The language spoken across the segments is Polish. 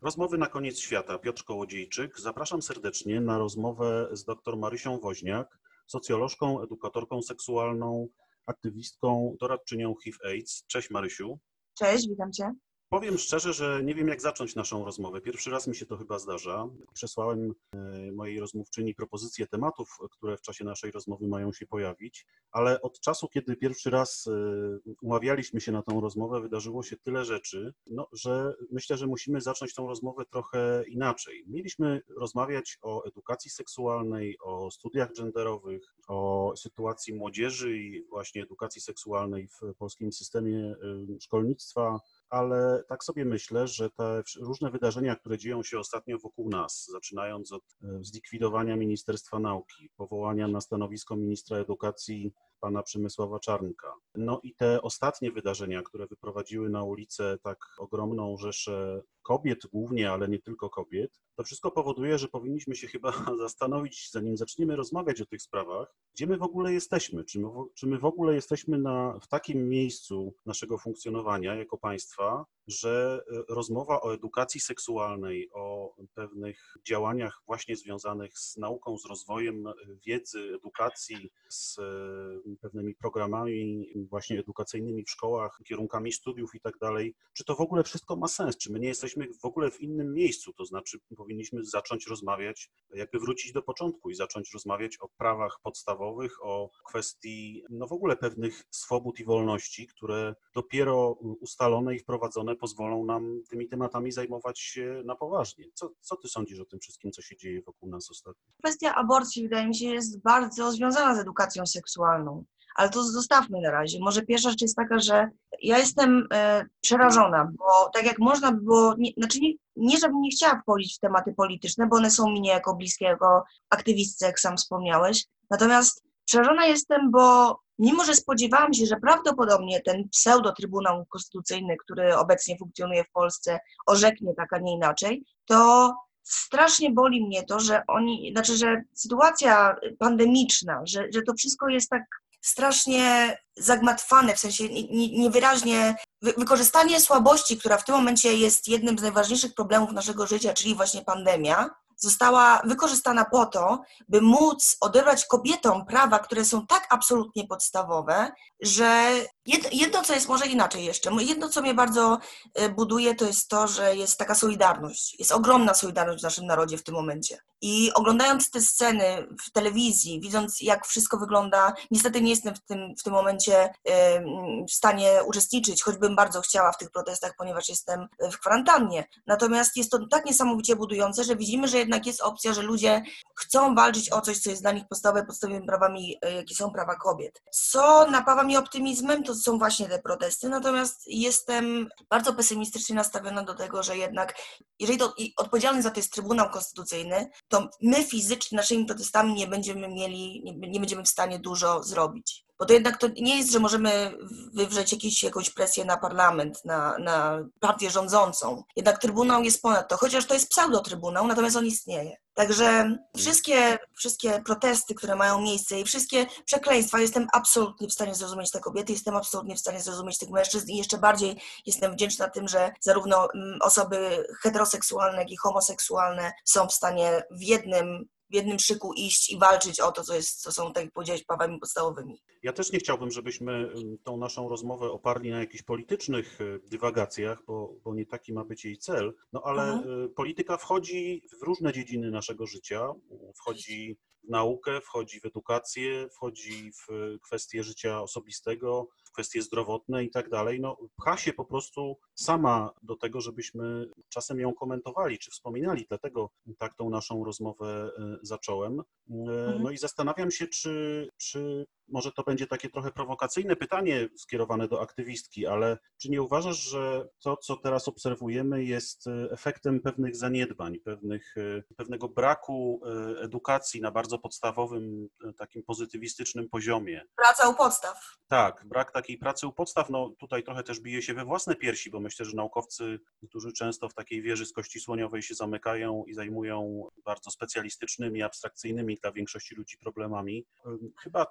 Rozmowy na koniec świata. Piotr Kołodziejczyk. Zapraszam serdecznie na rozmowę z dr Marysią Woźniak, socjolożką, edukatorką seksualną, aktywistką, doradczynią HIV/AIDS. Cześć Marysiu. Cześć, witam Cię. Powiem szczerze, że nie wiem, jak zacząć naszą rozmowę. Pierwszy raz mi się to chyba zdarza. Przesłałem mojej rozmówczyni propozycje tematów, które w czasie naszej rozmowy mają się pojawić, ale od czasu, kiedy pierwszy raz umawialiśmy się na tą rozmowę, wydarzyło się tyle rzeczy, że myślę, że musimy zacząć tą rozmowę trochę inaczej. Mieliśmy rozmawiać o edukacji seksualnej, o studiach genderowych, o sytuacji młodzieży i właśnie edukacji seksualnej w polskim systemie szkolnictwa, ale tak sobie myślę, że te różne wydarzenia, które dzieją się ostatnio wokół nas, zaczynając od zlikwidowania Ministerstwa Nauki, powołania na stanowisko ministra edukacji pana Przemysława Czarnka, i te ostatnie wydarzenia, które wyprowadziły na ulicę tak ogromną rzeszę kobiet głównie, ale nie tylko kobiet, to wszystko powoduje, że powinniśmy się chyba zastanowić, zanim zaczniemy rozmawiać o tych sprawach, gdzie my w ogóle jesteśmy, czy my w ogóle jesteśmy w takim miejscu naszego funkcjonowania jako państwa, że rozmowa o edukacji seksualnej, o pewnych działaniach właśnie związanych z nauką, z rozwojem wiedzy, edukacji, z pewnymi programami właśnie edukacyjnymi w szkołach, kierunkami studiów i tak dalej, czy to w ogóle wszystko ma sens, czy my nie jesteśmy w ogóle w innym miejscu, to znaczy powinniśmy zacząć rozmawiać, jakby wrócić do początku i zacząć rozmawiać o prawach podstawowych, o kwestii w ogóle pewnych swobód i wolności, które dopiero ustalone i wprowadzone pozwolą nam tymi tematami zajmować się na poważnie. Co ty sądzisz o tym wszystkim, co się dzieje wokół nas ostatnio? Kwestia aborcji, wydaje mi się, jest bardzo związana z edukacją seksualną, ale to zostawmy na razie. Może pierwsza rzecz jest taka, że ja jestem przerażona, bo tak jak można by było, nie żebym nie chciała wchodzić w tematy polityczne, bo one są mi niejako bliskie jako aktywistce, jak sam wspomniałeś, natomiast przerażona jestem, bo mimo że spodziewałam się, że prawdopodobnie ten pseudo-Trybunał Konstytucyjny, który obecnie funkcjonuje w Polsce, orzeknie tak, a nie inaczej, to strasznie boli mnie to, że że sytuacja pandemiczna, że to wszystko jest tak strasznie zagmatwane, w sensie niewyraźnie wykorzystanie słabości, która w tym momencie jest jednym z najważniejszych problemów naszego życia, czyli właśnie pandemia, została wykorzystana po to, by móc odebrać kobietom prawa, które są tak absolutnie podstawowe, że jedno, co jest może inaczej jeszcze, jedno, co mnie bardzo buduje, to jest to, że jest taka solidarność. Jest ogromna solidarność w naszym narodzie w tym momencie. I oglądając te sceny w telewizji, widząc jak wszystko wygląda, niestety nie jestem w tym momencie w stanie uczestniczyć, choćbym bardzo chciała w tych protestach, ponieważ jestem w kwarantannie. Natomiast jest to tak niesamowicie budujące, że widzimy, że jednak jest opcja, że ludzie chcą walczyć o coś, co jest dla nich podstawowymi prawami, jakie są prawa kobiet. Co napawa mnie optymizmem, to są właśnie te protesty, natomiast jestem bardzo pesymistycznie nastawiona do tego, że jednak, jeżeli odpowiedzialny za to jest Trybunał Konstytucyjny, to my fizycznie naszymi protestami nie będziemy w stanie dużo zrobić. Bo to jednak to nie jest, że możemy wywrzeć jakąś presję na parlament, na partię rządzącą. Jednak Trybunał jest ponad to, chociaż to jest pseudo-trybunał, natomiast on istnieje. Także wszystkie protesty, które mają miejsce i wszystkie przekleństwa, jestem absolutnie w stanie zrozumieć te kobiety, jestem absolutnie w stanie zrozumieć tych mężczyzn i jeszcze bardziej jestem wdzięczna tym, że zarówno osoby heteroseksualne, jak i homoseksualne są w stanie w jednym szyku iść i walczyć o to, co są, tak jak powiedziałeś, prawami podstawowymi. Ja też nie chciałbym, żebyśmy tą naszą rozmowę oparli na jakichś politycznych dywagacjach, bo nie taki ma być jej cel, ale polityka wchodzi w różne dziedziny naszego życia, wchodzi w naukę, wchodzi w edukację, wchodzi w kwestie życia osobistego, w kwestie zdrowotne i tak dalej. Pcha się po prostu sama do tego, żebyśmy czasem ją komentowali czy wspominali, dlatego tak tą naszą rozmowę zacząłem. I zastanawiam się, czy może to będzie takie trochę prowokacyjne pytanie skierowane do aktywistki, ale czy nie uważasz, że to, co teraz obserwujemy, jest efektem pewnych zaniedbań, pewnego braku edukacji na bardzo podstawowym, takim pozytywistycznym poziomie? Praca u podstaw. Tak, brak takiej pracy u podstaw, tutaj trochę też bije się we własne piersi, bo myślę, że naukowcy, którzy często w takiej wieży z kości słoniowej się zamykają i zajmują bardzo specjalistycznymi, abstrakcyjnymi dla większości ludzi problemami, chyba trochę nie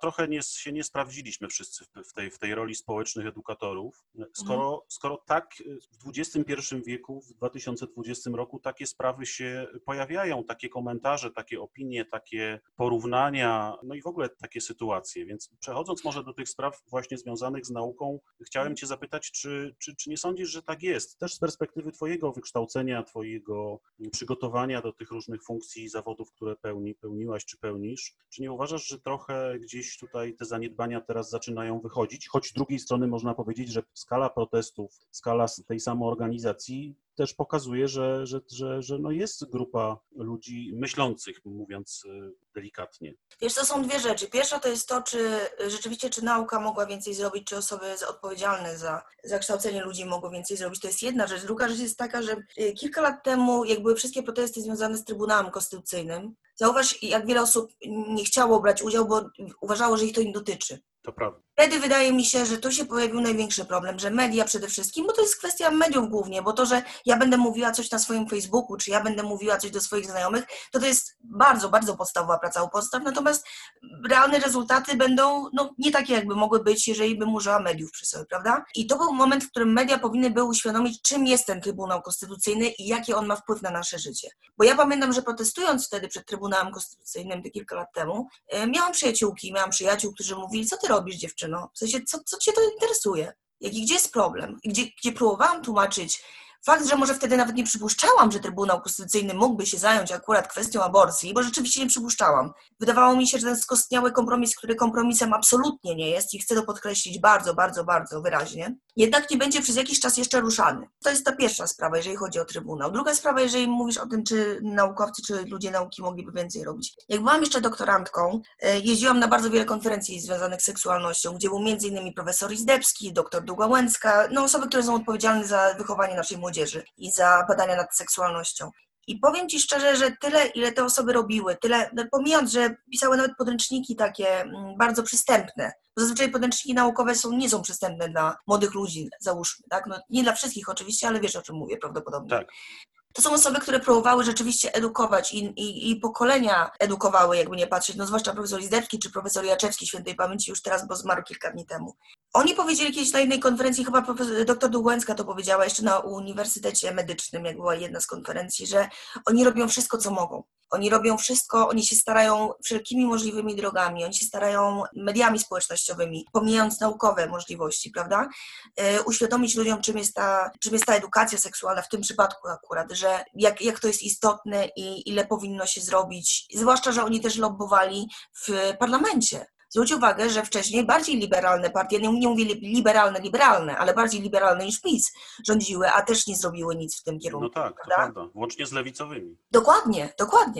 się nie sprawdziliśmy wszyscy w tej roli społecznych edukatorów. Skoro tak w XXI wieku, w 2020 roku takie sprawy się pojawiają, takie komentarze, takie opinie, takie porównania, no i w ogóle takie sytuacje. Więc przechodząc może do tych spraw właśnie związanych z nauką, chciałem Cię zapytać, czy nie sądzisz, że tak jest? Też z perspektywy Twojego wykształcenia, Twojego przygotowania do tych różnych funkcji i zawodów, które pełniłaś czy pełnisz, czy nie uważasz, że trochę gdzieś tutaj te zaniedbania teraz zaczynają wychodzić? Choć z drugiej strony można powiedzieć, że skala protestów, skala tej samoorganizacji też pokazuje, że no jest grupa ludzi myślących, mówiąc delikatnie. Wiesz, to są dwie rzeczy. Pierwsza to jest to, czy rzeczywiście, czy nauka mogła więcej zrobić, czy osoby odpowiedzialne za kształcenie ludzi mogły więcej zrobić. To jest jedna rzecz. Druga rzecz jest taka, że kilka lat temu, jak były wszystkie protesty związane z Trybunałem Konstytucyjnym, zauważ, jak wiele osób nie chciało brać udziału, bo uważało, że ich to nie dotyczy. To prawda. Wtedy wydaje mi się, że tu się pojawił największy problem, że media przede wszystkim, bo to jest kwestia mediów głównie, bo to, że ja będę mówiła coś na swoim Facebooku, czy ja będę mówiła coś do swoich znajomych, to jest bardzo, bardzo podstawowa praca u podstaw, natomiast realne rezultaty będą nie takie, jakby mogły być, jeżeli bym użyła mediów przy sobie, prawda? I to był moment, w którym media powinny były uświadomić, czym jest ten Trybunał Konstytucyjny i jaki on ma wpływ na nasze życie. Bo ja pamiętam, że protestując wtedy przed Trybunałem Konstytucyjnym te kilka lat temu, miałam przyjaciół, którzy mówili, co ty robisz, dziewczyno? W sensie, co cię to interesuje? Gdzie jest problem? Gdzie próbowałam tłumaczyć fakt, że może wtedy nawet nie przypuszczałam, że Trybunał Konstytucyjny mógłby się zająć akurat kwestią aborcji, bo rzeczywiście nie przypuszczałam. Wydawało mi się, że ten skostniały kompromis, który kompromisem absolutnie nie jest i chcę to podkreślić bardzo, bardzo, bardzo wyraźnie, jednak nie będzie przez jakiś czas jeszcze ruszany. To jest ta pierwsza sprawa, jeżeli chodzi o Trybunał. Druga sprawa, jeżeli mówisz o tym, czy naukowcy, czy ludzie nauki mogliby więcej robić. Jak byłam jeszcze doktorantką, jeździłam na bardzo wiele konferencji związanych z seksualnością, gdzie był m.in. profesor Izdebski, dr Długa Łęcka, osoby, które są odpowiedzialne za wychowanie naszej młodzieży i za badania nad seksualnością. I powiem Ci szczerze, że tyle, ile te osoby robiły, tyle, pomijając, że pisały nawet podręczniki takie bardzo przystępne, bo zazwyczaj podręczniki naukowe nie są przystępne dla młodych ludzi, załóżmy, tak? Nie dla wszystkich oczywiście, ale wiesz, o czym mówię prawdopodobnie. Tak. To są osoby, które próbowały rzeczywiście edukować i pokolenia edukowały, jakby nie patrzeć, zwłaszcza profesor Izdebski czy profesor Jaczewski, świętej pamięci, już teraz, bo zmarł kilka dni temu. Oni powiedzieli kiedyś na jednej konferencji, chyba dr Długołęcka to powiedziała jeszcze na Uniwersytecie Medycznym, jak była jedna z konferencji, że oni robią wszystko, co mogą. Oni robią wszystko, oni się starają wszelkimi możliwymi drogami, oni się starają mediami społecznościowymi, pomijając naukowe możliwości, prawda? Uświadomić ludziom, czym jest ta edukacja seksualna, w tym przypadku akurat, że jak to jest istotne i ile powinno się zrobić, zwłaszcza, że oni też lobbowali w parlamencie. Zwróć uwagę, że wcześniej bardziej liberalne partie, nie mówię liberalne, ale bardziej liberalne niż PiS rządziły, a też nie zrobiły nic w tym kierunku. No tak, prawda? to prawda, włącznie z lewicowymi. Dokładnie.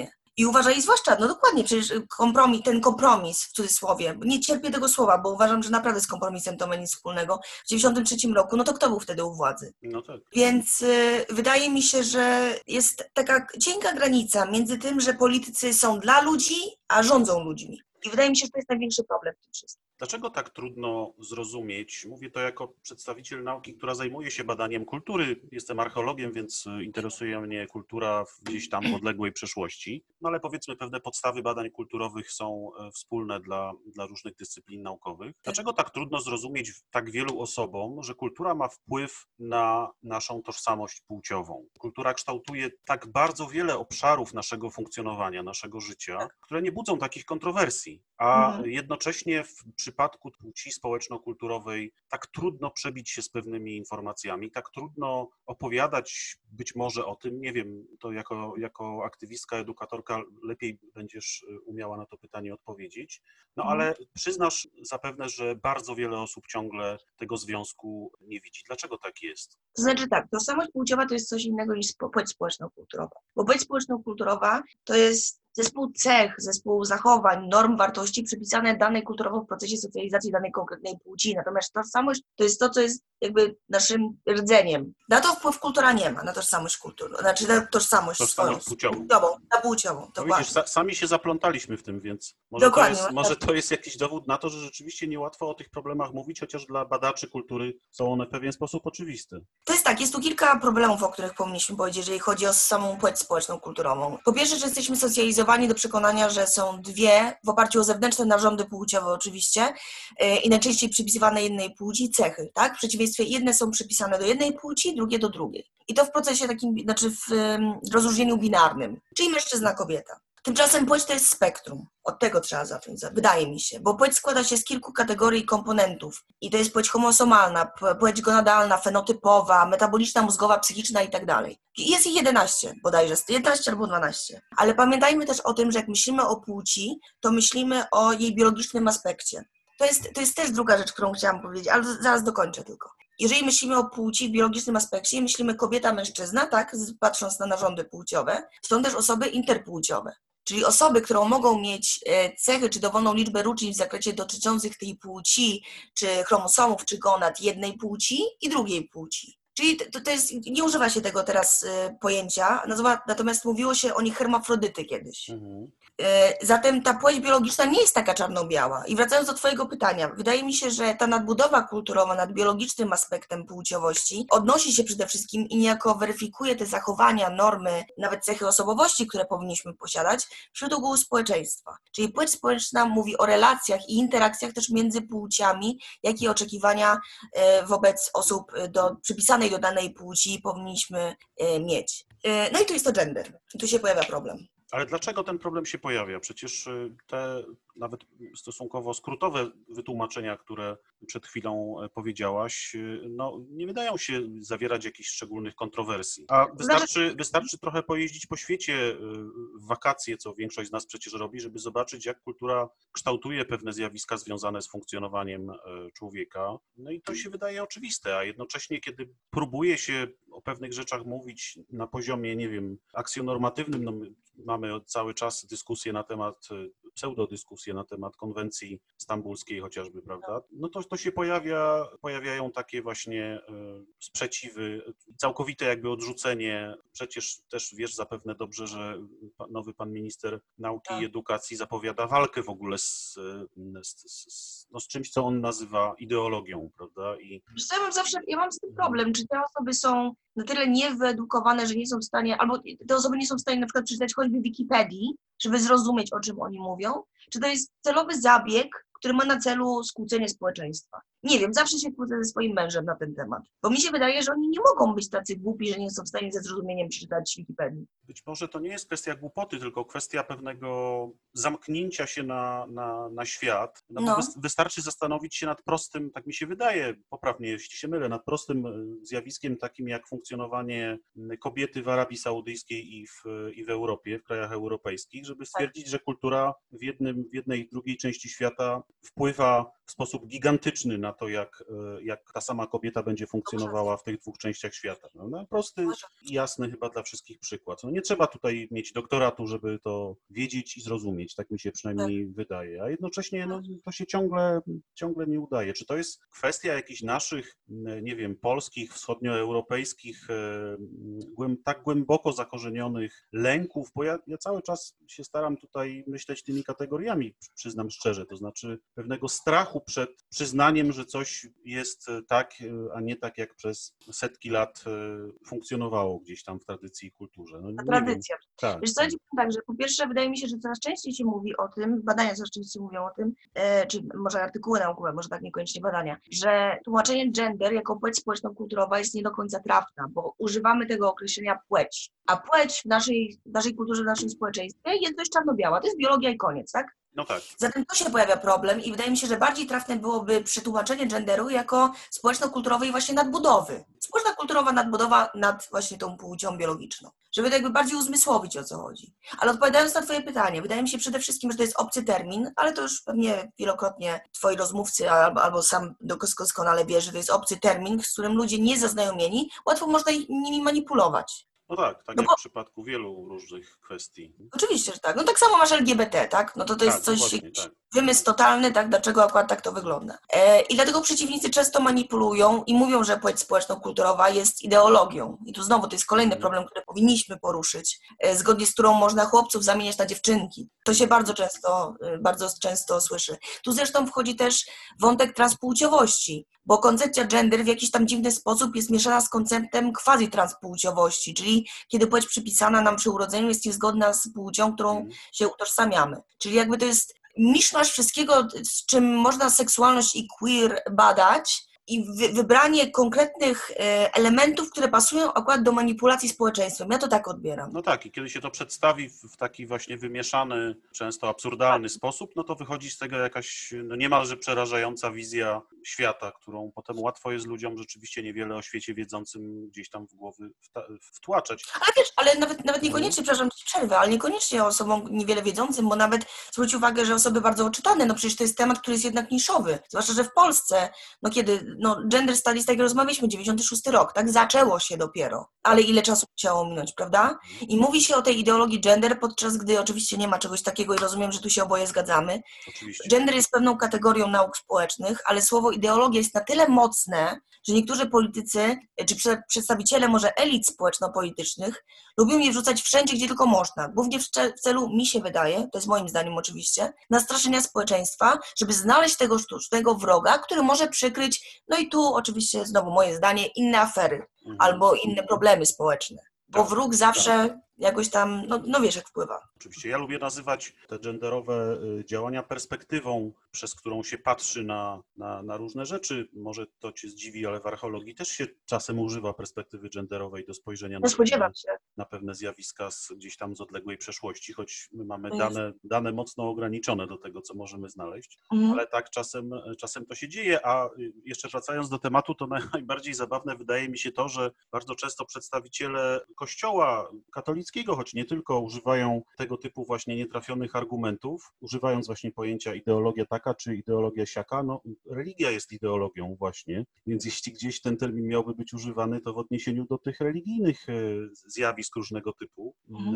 I uważali zwłaszcza, dokładnie, przecież ten kompromis, w cudzysłowie, nie cierpię tego słowa, bo uważam, że naprawdę z kompromisem to ma nic wspólnego. W 1993 roku, to kto był wtedy u władzy? No tak. Więc wydaje mi się, że jest taka cienka granica między tym, że politycy są dla ludzi, a rządzą ludźmi. I wydaje mi się, że to jest największy problem w tym wszystkim. Dlaczego tak trudno zrozumieć? Mówię to jako przedstawiciel nauki, która zajmuje się badaniem kultury. Jestem archeologiem, więc interesuje mnie kultura gdzieś tam w odległej przeszłości. No ale powiedzmy, pewne podstawy badań kulturowych są wspólne dla różnych dyscyplin naukowych. Dlaczego tak trudno zrozumieć tak wielu osobom, że kultura ma wpływ na naszą tożsamość płciową? Kultura kształtuje tak bardzo wiele obszarów naszego funkcjonowania, naszego życia, które nie budzą takich kontrowersji, a jednocześnie w przypadku płci społeczno-kulturowej tak trudno przebić się z pewnymi informacjami, tak trudno opowiadać być może o tym, nie wiem, to jako aktywistka, edukatorka lepiej będziesz umiała na to pytanie odpowiedzieć, ale przyznasz zapewne, że bardzo wiele osób ciągle tego związku nie widzi. Dlaczego tak jest? To znaczy tak, tożsamość płciowa to jest coś innego niż płeć społeczno-kulturowa, bo płeć społeczno-kulturowa to jest zespół cech, zespół zachowań, norm, wartości przypisane danej kulturowo w procesie socjalizacji danej konkretnej płci. Natomiast tożsamość to jest to, co jest jakby naszym rdzeniem. Na to wpływ kultura nie ma, na tożsamość kulturą, znaczy na tożsamość płciową. Na płciową. No widzisz, sami się zaplątaliśmy w tym, więc może to jest jakiś dowód na to, że rzeczywiście niełatwo o tych problemach mówić, chociaż dla badaczy kultury są one w pewien sposób oczywiste. To jest tak, jest tu kilka problemów, o których powinniśmy powiedzieć, jeżeli chodzi o samą płeć społeczną kulturową. Po pierwsze, że jesteśmy socjalizowani zmobilizowani do przekonania, że są dwie, w oparciu o zewnętrzne narządy płciowe oczywiście, i najczęściej przypisywane jednej płci cechy, tak? W przeciwieństwie jedne są przypisane do jednej płci, drugie do drugiej. I to w procesie takim, znaczy w rozróżnieniu binarnym, czyli mężczyzna, kobieta. Tymczasem płeć to jest spektrum. Od tego trzeba zacząć, wydaje mi się, bo płeć składa się z kilku kategorii i komponentów. I to jest płeć chromosomalna, płeć gonadalna, fenotypowa, metaboliczna, mózgowa, psychiczna i tak dalej. Jest ich 11 bodajże, 11 albo 12. Ale pamiętajmy też o tym, że jak myślimy o płci, to myślimy o jej biologicznym aspekcie. To jest też druga rzecz, którą chciałam powiedzieć, ale zaraz dokończę tylko. Jeżeli myślimy o płci w biologicznym aspekcie, myślimy kobieta, mężczyzna, tak, patrząc na narządy płciowe, są też osoby interpłciowe. Czyli osoby, które mogą mieć cechy czy dowolną liczbę różnic w zakresie dotyczących tej płci, czy chromosomów, czy gonad jednej płci i drugiej płci. Czyli to jest, nie używa się tego teraz pojęcia, natomiast mówiło się o nich hermafrodyty kiedyś. Zatem ta płeć biologiczna nie jest taka czarno-biała. I wracając do twojego pytania, wydaje mi się, że ta nadbudowa kulturowa nad biologicznym aspektem płciowości odnosi się przede wszystkim i niejako weryfikuje te zachowania, normy, nawet cechy osobowości, które powinniśmy posiadać wśród ogółu społeczeństwa. Czyli płeć społeczna mówi o relacjach i interakcjach też między płciami, jak i oczekiwania wobec osób przypisanej do danej płci powinniśmy mieć. No i tu jest to gender. I tu się pojawia problem. Ale dlaczego ten problem się pojawia? Przecież te nawet stosunkowo skrótowe wytłumaczenia, które przed chwilą powiedziałaś, no, nie wydają się zawierać jakichś szczególnych kontrowersji. A wystarczy trochę pojeździć po świecie w wakacje, co większość z nas przecież robi, żeby zobaczyć, jak kultura kształtuje pewne zjawiska związane z funkcjonowaniem człowieka. No i to się wydaje oczywiste, a jednocześnie, kiedy próbuje się o pewnych rzeczach mówić na poziomie, nie wiem, aksjonormatywnym, no mamy cały czas dyskusję na temat, pseudodyskusję na temat konwencji stambulskiej chociażby, prawda? No to się pojawiają takie właśnie sprzeciwy, całkowite jakby odrzucenie. Przecież też wiesz zapewne dobrze, że nowy pan minister nauki i edukacji zapowiada walkę w ogóle z czymś, co on nazywa ideologią, prawda? Ja mam z tym problem, czy te osoby są na tyle niewyedukowane, że nie są w stanie, albo te osoby nie są w stanie na przykład przeczytać choćby Wikipedii, żeby zrozumieć, o czym oni mówią, czy to jest celowy zabieg, który ma na celu skłócenie społeczeństwa. Nie wiem, zawsze się kłócę ze swoim mężem na ten temat, bo mi się wydaje, że oni nie mogą być tacy głupi, że nie są w stanie ze zrozumieniem przeczytać Wikipedii. Być może to nie jest kwestia głupoty, tylko kwestia pewnego zamknięcia się na świat. No. Wystarczy zastanowić się nad prostym, tak mi się wydaje, poprawnie jeśli się mylę, nad prostym zjawiskiem takim jak funkcjonowanie kobiety w Arabii Saudyjskiej i w Europie, w krajach europejskich, żeby stwierdzić, że kultura w jednej i drugiej części świata wpływa w sposób gigantyczny na to, jak ta sama kobieta będzie funkcjonowała w tych dwóch częściach świata. No, prosty i jasny chyba dla wszystkich przykład. No, nie trzeba tutaj mieć doktoratu, żeby to wiedzieć i zrozumieć, tak mi się przynajmniej wydaje. A jednocześnie to się ciągle nie udaje. Czy to jest kwestia jakichś naszych, nie wiem, polskich, wschodnioeuropejskich, tak głęboko zakorzenionych lęków, bo ja cały czas się staram tutaj myśleć tymi kategoriami, przyznam szczerze, to znaczy pewnego strachu przed przyznaniem, że coś jest tak, a nie tak, jak przez setki lat funkcjonowało gdzieś tam w tradycji i kulturze. No, tradycja. Tak. Wiesz co, tak, że po pierwsze wydaje mi się, że coraz częściej się mówi o tym, badania coraz częściej mówią o tym, czy może artykuły naukowe, może tak niekoniecznie badania, że tłumaczenie gender jako płeć społeczno-kulturowa jest nie do końca trafna, bo używamy tego określenia płeć, a płeć w naszej kulturze, w naszym społeczeństwie jest dość czarno-biała, to jest biologia i koniec, tak? No tak. Zatem tu się pojawia problem i wydaje mi się, że bardziej trafne byłoby przetłumaczenie genderu jako społeczno-kulturowej właśnie nadbudowy. Społeczno-kulturowa nadbudowa nad właśnie tą płcią biologiczną. Żeby to jakby bardziej uzmysłowić, o co chodzi. Ale odpowiadając na twoje pytanie, wydaje mi się przede wszystkim, że to jest obcy termin, ale to już pewnie wielokrotnie twoi rozmówcy albo sam doskonale wiesz, że to jest obcy termin, z którym ludzie niezaznajomieni, łatwo można nimi manipulować. No tak, jak w przypadku wielu różnych kwestii. Oczywiście, że tak. No tak samo masz LGBT, tak? No to jest coś, wymysł totalny, tak? Dlaczego akurat tak to wygląda? I dlatego przeciwnicy często manipulują i mówią, że płeć społeczno-kulturowa jest ideologią. I tu znowu to jest kolejny problem, który powinniśmy poruszyć, zgodnie z którą można chłopców zamieniać na dziewczynki. To się bardzo często słyszy. Tu zresztą wchodzi też wątek transpłciowości, bo koncepcja gender w jakiś tam dziwny sposób jest mieszana z konceptem quasi-transpłciowości, czyli kiedy płeć przypisana nam przy urodzeniu jest niezgodna z płcią, którą się utożsamiamy. Czyli jakby to jest miszmasz wszystkiego, z czym można seksualność i queer badać, i wybranie konkretnych elementów, które pasują akurat do manipulacji społeczeństwem. Ja to tak odbieram. No tak, i kiedy się to przedstawi w taki właśnie wymieszany, często absurdalny sposób, no to wychodzi z tego jakaś no niemalże przerażająca wizja świata, którą potem łatwo jest ludziom rzeczywiście niewiele o świecie wiedzącym gdzieś tam w głowy wtłaczać. Ale wiesz, ale nawet niekoniecznie, przepraszam, ci przerwę, ale niekoniecznie osobom niewiele wiedzącym, bo nawet zwróć uwagę, że osoby bardzo oczytane, no przecież to jest temat, który jest jednak niszowy. Zwłaszcza, że w Polsce, no kiedy, gender studies, tak jak rozmawialiśmy, 96 rok, tak zaczęło się dopiero, ale ile czasu musiało minąć, prawda? I mówi się o tej ideologii gender, podczas gdy oczywiście nie ma czegoś takiego i rozumiem, że tu się oboje zgadzamy. Oczywiście. Gender jest pewną kategorią nauk społecznych, ale słowo ideologia jest na tyle mocne, że niektórzy politycy, czy przedstawiciele może elit społeczno-politycznych lubią je wrzucać wszędzie, gdzie tylko można. Głównie w celu, mi się wydaje, to jest moim zdaniem oczywiście, nastraszenia społeczeństwa, żeby znaleźć tego sztucznego wroga, który może przykryć, no i tu oczywiście znowu moje zdanie, inne afery albo inne problemy społeczne. Bo wróg zawsze jakoś tam, no wiesz jak wpływa. Oczywiście. Ja lubię nazywać te genderowe działania perspektywą, przez którą się patrzy na różne rzeczy. Może to cię zdziwi, ale w archeologii też się czasem używa perspektywy genderowej do spojrzenia na pewne zjawiska gdzieś tam z odległej przeszłości, choć my mamy dane mocno ograniczone do tego, co możemy znaleźć, ale tak czasem to się dzieje, a jeszcze wracając do tematu, to najbardziej zabawne wydaje mi się to, że bardzo często przedstawiciele Kościoła katolickiego, choć nie tylko, używają tego typu właśnie nietrafionych argumentów, używając właśnie pojęcia ideologia taka czy ideologia siaka. No, religia jest ideologią właśnie, więc jeśli gdzieś ten termin miałby być używany, to w odniesieniu do tych religijnych zjawisk różnego typu,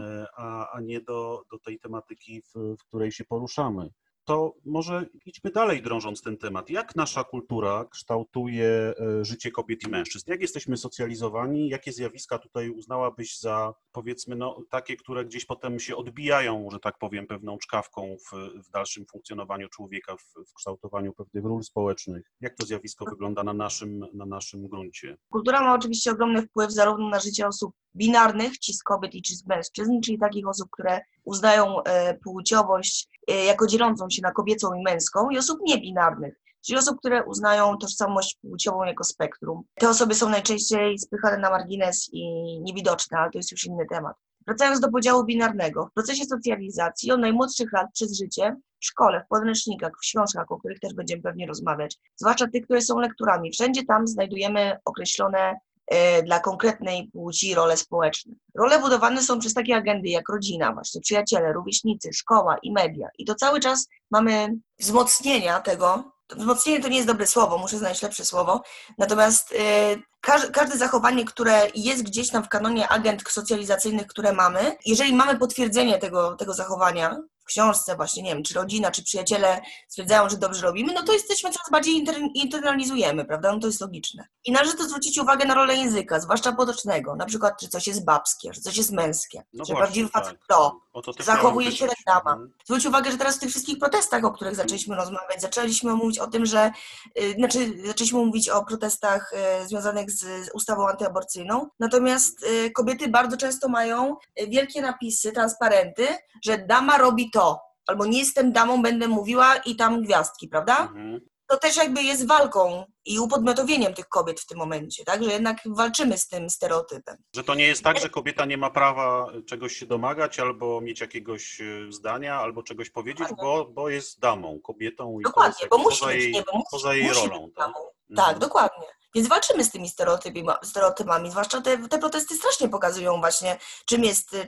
a nie do tej tematyki, w której się poruszamy. To może idźmy dalej, drążąc ten temat. Jak nasza kultura kształtuje życie kobiet i mężczyzn? Jak jesteśmy socjalizowani? Jakie zjawiska tutaj uznałabyś za, powiedzmy, takie, które gdzieś potem się odbijają, że tak powiem, pewną czkawką w dalszym funkcjonowaniu człowieka, w kształtowaniu pewnych ról społecznych? Jak to zjawisko wygląda na naszym gruncie? Kultura ma oczywiście ogromny wpływ zarówno na życie osób binarnych, ci z kobiet i ci z mężczyzn, czyli takich osób, które uznają płciowość jako dzielącą się na kobiecą i męską, i osób niebinarnych, czyli osób, które uznają tożsamość płciową jako spektrum. Te osoby są najczęściej spychane na margines i niewidoczne, ale to jest już inny temat. Wracając do podziału binarnego, w procesie socjalizacji od najmłodszych lat przez życie, w szkole, w podręcznikach, w książkach, o których też będziemy pewnie rozmawiać, zwłaszcza tych, które są lekturami, wszędzie tam znajdujemy określone dla konkretnej płci role społeczne. Role budowane są przez takie agendy jak rodzina, właśnie przyjaciele, rówieśnicy, szkoła i media. I to cały czas mamy wzmocnienia tego. Wzmocnienie to nie jest dobre słowo, muszę znaleźć lepsze słowo. Natomiast każde zachowanie, które jest gdzieś tam w kanonie agent socjalizacyjnych, które mamy, jeżeli mamy potwierdzenie tego zachowania, w książce właśnie, nie wiem, czy rodzina, czy przyjaciele stwierdzają, że dobrze robimy, no to jesteśmy coraz bardziej internalizujemy, prawda? No to jest logiczne. I należy to zwrócić uwagę na rolę języka, zwłaszcza potocznego, na przykład, czy coś jest babskie, czy coś jest męskie, No że właśnie, prawdziwy facet to, zachowuje się jak dama. Mhm. Zwróć uwagę, że teraz w tych wszystkich protestach, o których zaczęliśmy rozmawiać, zaczęliśmy mówić o tym, że, zaczęliśmy mówić o protestach związanych z ustawą antyaborcyjną, natomiast kobiety bardzo często mają wielkie napisy, transparenty, że dama robi to, albo nie jestem damą, będę mówiła i tam gwiazdki, prawda? Mhm. To też jakby jest walką i upodmiotowieniem tych kobiet w tym momencie, tak? Że jednak walczymy z tym stereotypem. Że to nie jest tak, że kobieta nie ma prawa czegoś się domagać, albo mieć jakiegoś zdania, albo czegoś powiedzieć, bo jest damą, kobietą i dokładnie, to jest bo musi być, poza jej rolą. Tak? Tak, dokładnie. Więc walczymy z tymi stereotypami, zwłaszcza te protesty strasznie pokazują właśnie, czym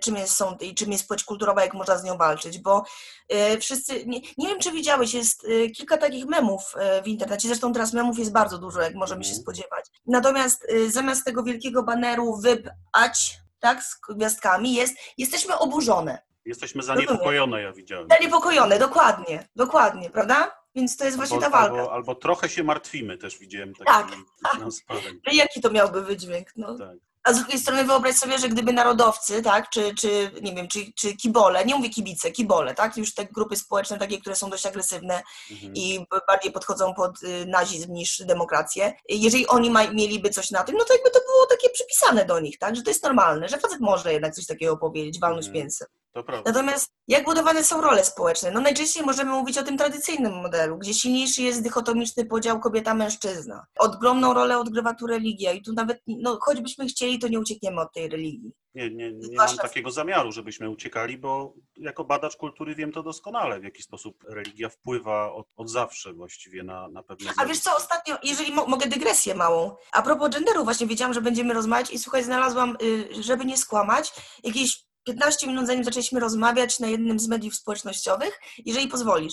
jest płeć kulturowa, jak można z nią walczyć, bo wszyscy, nie wiem czy widziałeś, jest kilka takich memów w internecie, zresztą teraz memów jest bardzo dużo, jak możemy się spodziewać. Natomiast zamiast tego wielkiego baneru wypać, tak, z gwiazdkami jesteśmy oburzone. Jesteśmy zaniepokojone, ja widziałem. Zaniepokojone, dokładnie, prawda? Więc to jest właśnie ta walka. Albo trochę się martwimy, też widziałem taki transparent. Jaki to miałby wydźwięk? No. Tak. A z drugiej strony wyobraź sobie, że gdyby narodowcy, tak, czy nie wiem, czy kibole, nie mówię kibice, kibole, tak, już te grupy społeczne takie, które są dość agresywne i bardziej podchodzą pod nazizm niż demokrację, jeżeli oni mieliby coś na tym, no to jakby to było takie przypisane do nich, tak, że to jest normalne, że facet może jednak coś takiego powiedzieć, walnąć mięsem. To prawda. Natomiast jak budowane są role społeczne? No najczęściej możemy mówić o tym tradycyjnym modelu, gdzie silniejszy jest dychotomiczny podział kobieta-mężczyzna. Ogromną rolę odgrywa tu religia i tu nawet, no choćbyśmy chcieli, to nie uciekniemy od tej religii. Nie mam takiego zamiaru, żebyśmy uciekali, bo jako badacz kultury wiem to doskonale, w jaki sposób religia wpływa od zawsze właściwie na pewne A wiesz co, ostatnio, jeżeli mogę dygresję małą, a propos genderu właśnie wiedziałam, że będziemy rozmawiać i słuchaj, znalazłam, żeby nie skłamać, jakieś 15 minut zanim zaczęliśmy rozmawiać na jednym z mediów społecznościowych, jeżeli pozwolisz.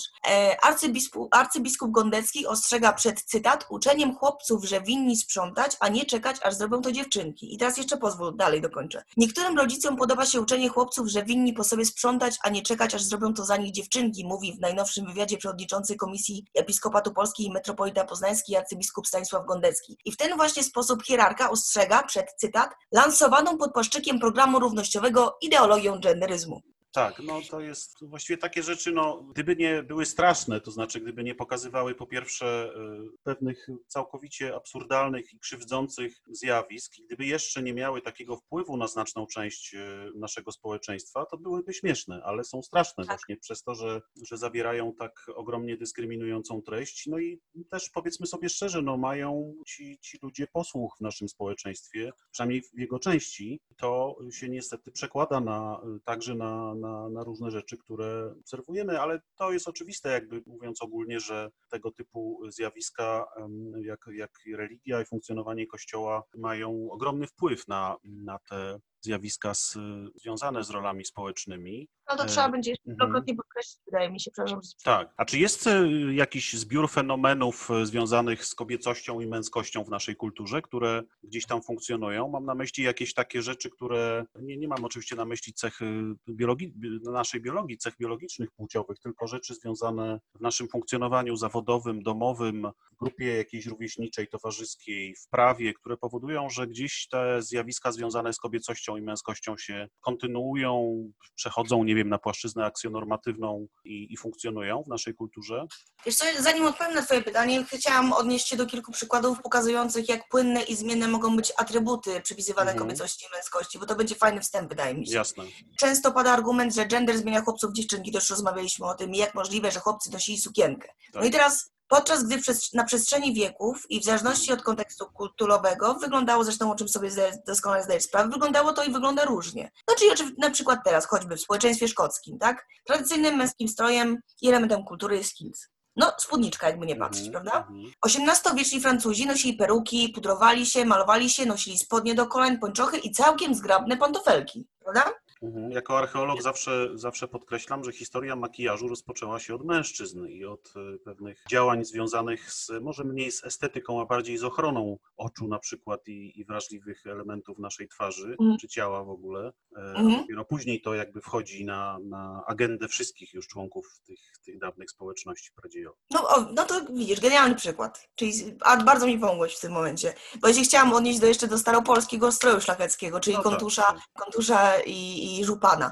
Arcybiskup Gondecki ostrzega przed, cytat, uczeniem chłopców, że winni sprzątać, a nie czekać, aż zrobią to dziewczynki. I teraz jeszcze pozwól, dalej dokończę. Niektórym rodzicom podoba się uczenie chłopców, że winni po sobie sprzątać, a nie czekać, aż zrobią to za nich dziewczynki, mówi w najnowszym wywiadzie przewodniczący Komisji Episkopatu Polski i Metropolita Poznański arcybiskup Stanisław Gondecki. I w ten właśnie sposób hierarcha ostrzega przed, cytat, lansowaną pod płaszczykiem programu równościowego ideologią genderyzmu. Tak, no to jest właściwie takie rzeczy, no gdyby nie były straszne, to znaczy gdyby nie pokazywały po pierwsze pewnych całkowicie absurdalnych i krzywdzących zjawisk, i gdyby jeszcze nie miały takiego wpływu na znaczną część naszego społeczeństwa, to byłyby śmieszne, ale są straszne właśnie przez to, że zawierają tak ogromnie dyskryminującą treść. No i też powiedzmy sobie szczerze, no mają ci ludzie posłuch w naszym społeczeństwie, przynajmniej w jego części. To się niestety przekłada także na różne rzeczy, które obserwujemy, ale to jest oczywiste, jakby mówiąc ogólnie, że tego typu zjawiska jak religia i funkcjonowanie Kościoła mają ogromny wpływ na te zjawiska związane z rolami społecznymi. No to trzeba będzie jeszcze wielokrotnie podkreślić, wydaje mi się, przepraszam. Tak. A czy jest jakiś zbiór fenomenów związanych z kobiecością i męskością w naszej kulturze, które gdzieś tam funkcjonują? Mam na myśli jakieś takie rzeczy, które, nie mam oczywiście na myśli cech naszej biologii, cech biologicznych, płciowych, tylko rzeczy związane w naszym funkcjonowaniu zawodowym, domowym, w grupie jakiejś rówieśniczej, towarzyskiej, w prawie, które powodują, że gdzieś te zjawiska związane z kobiecością i męskością się kontynuują, przechodzą, nie wiem, na płaszczyznę aksjonormatywną i funkcjonują w naszej kulturze? Wiesz co, zanim odpowiem na twoje pytanie, chciałam odnieść się do kilku przykładów pokazujących, jak płynne i zmienne mogą być atrybuty przypisywane kobiecości i męskości, bo to będzie fajny wstęp, wydaje mi się. Jasne. Często pada argument, że gender zmienia chłopców w dziewczynki, to już rozmawialiśmy o tym, jak możliwe, że chłopcy nosili sukienkę. Tak. No i teraz, podczas gdy na przestrzeni wieków i w zależności od kontekstu kulturowego wyglądało, zresztą o czym sobie doskonale zdajesz sprawę, wyglądało to i wygląda różnie. No czyli na przykład teraz, choćby w społeczeństwie szkockim, tak? Tradycyjnym męskim strojem i elementem kultury jest kilt. No, spódniczka, jakby nie patrzeć, prawda? XVIII-wieczni Francuzi nosili peruki, pudrowali się, malowali się, nosili spodnie do kolan, pończochy i całkiem zgrabne pantofelki, prawda? Jako archeolog zawsze podkreślam, że historia makijażu rozpoczęła się od mężczyzn i od pewnych działań związanych może mniej z estetyką, a bardziej z ochroną oczu na przykład i wrażliwych elementów naszej twarzy, czy ciała w ogóle. Dopiero później to jakby wchodzi na agendę wszystkich już członków tych dawnych społeczności pradziejowych. No to widzisz, genialny przykład. Czyli bardzo mi pomogłeś w tym momencie. Bo jeśli chciałam odnieść jeszcze do staropolskiego stroju szlacheckiego, czyli kontusza i żupana.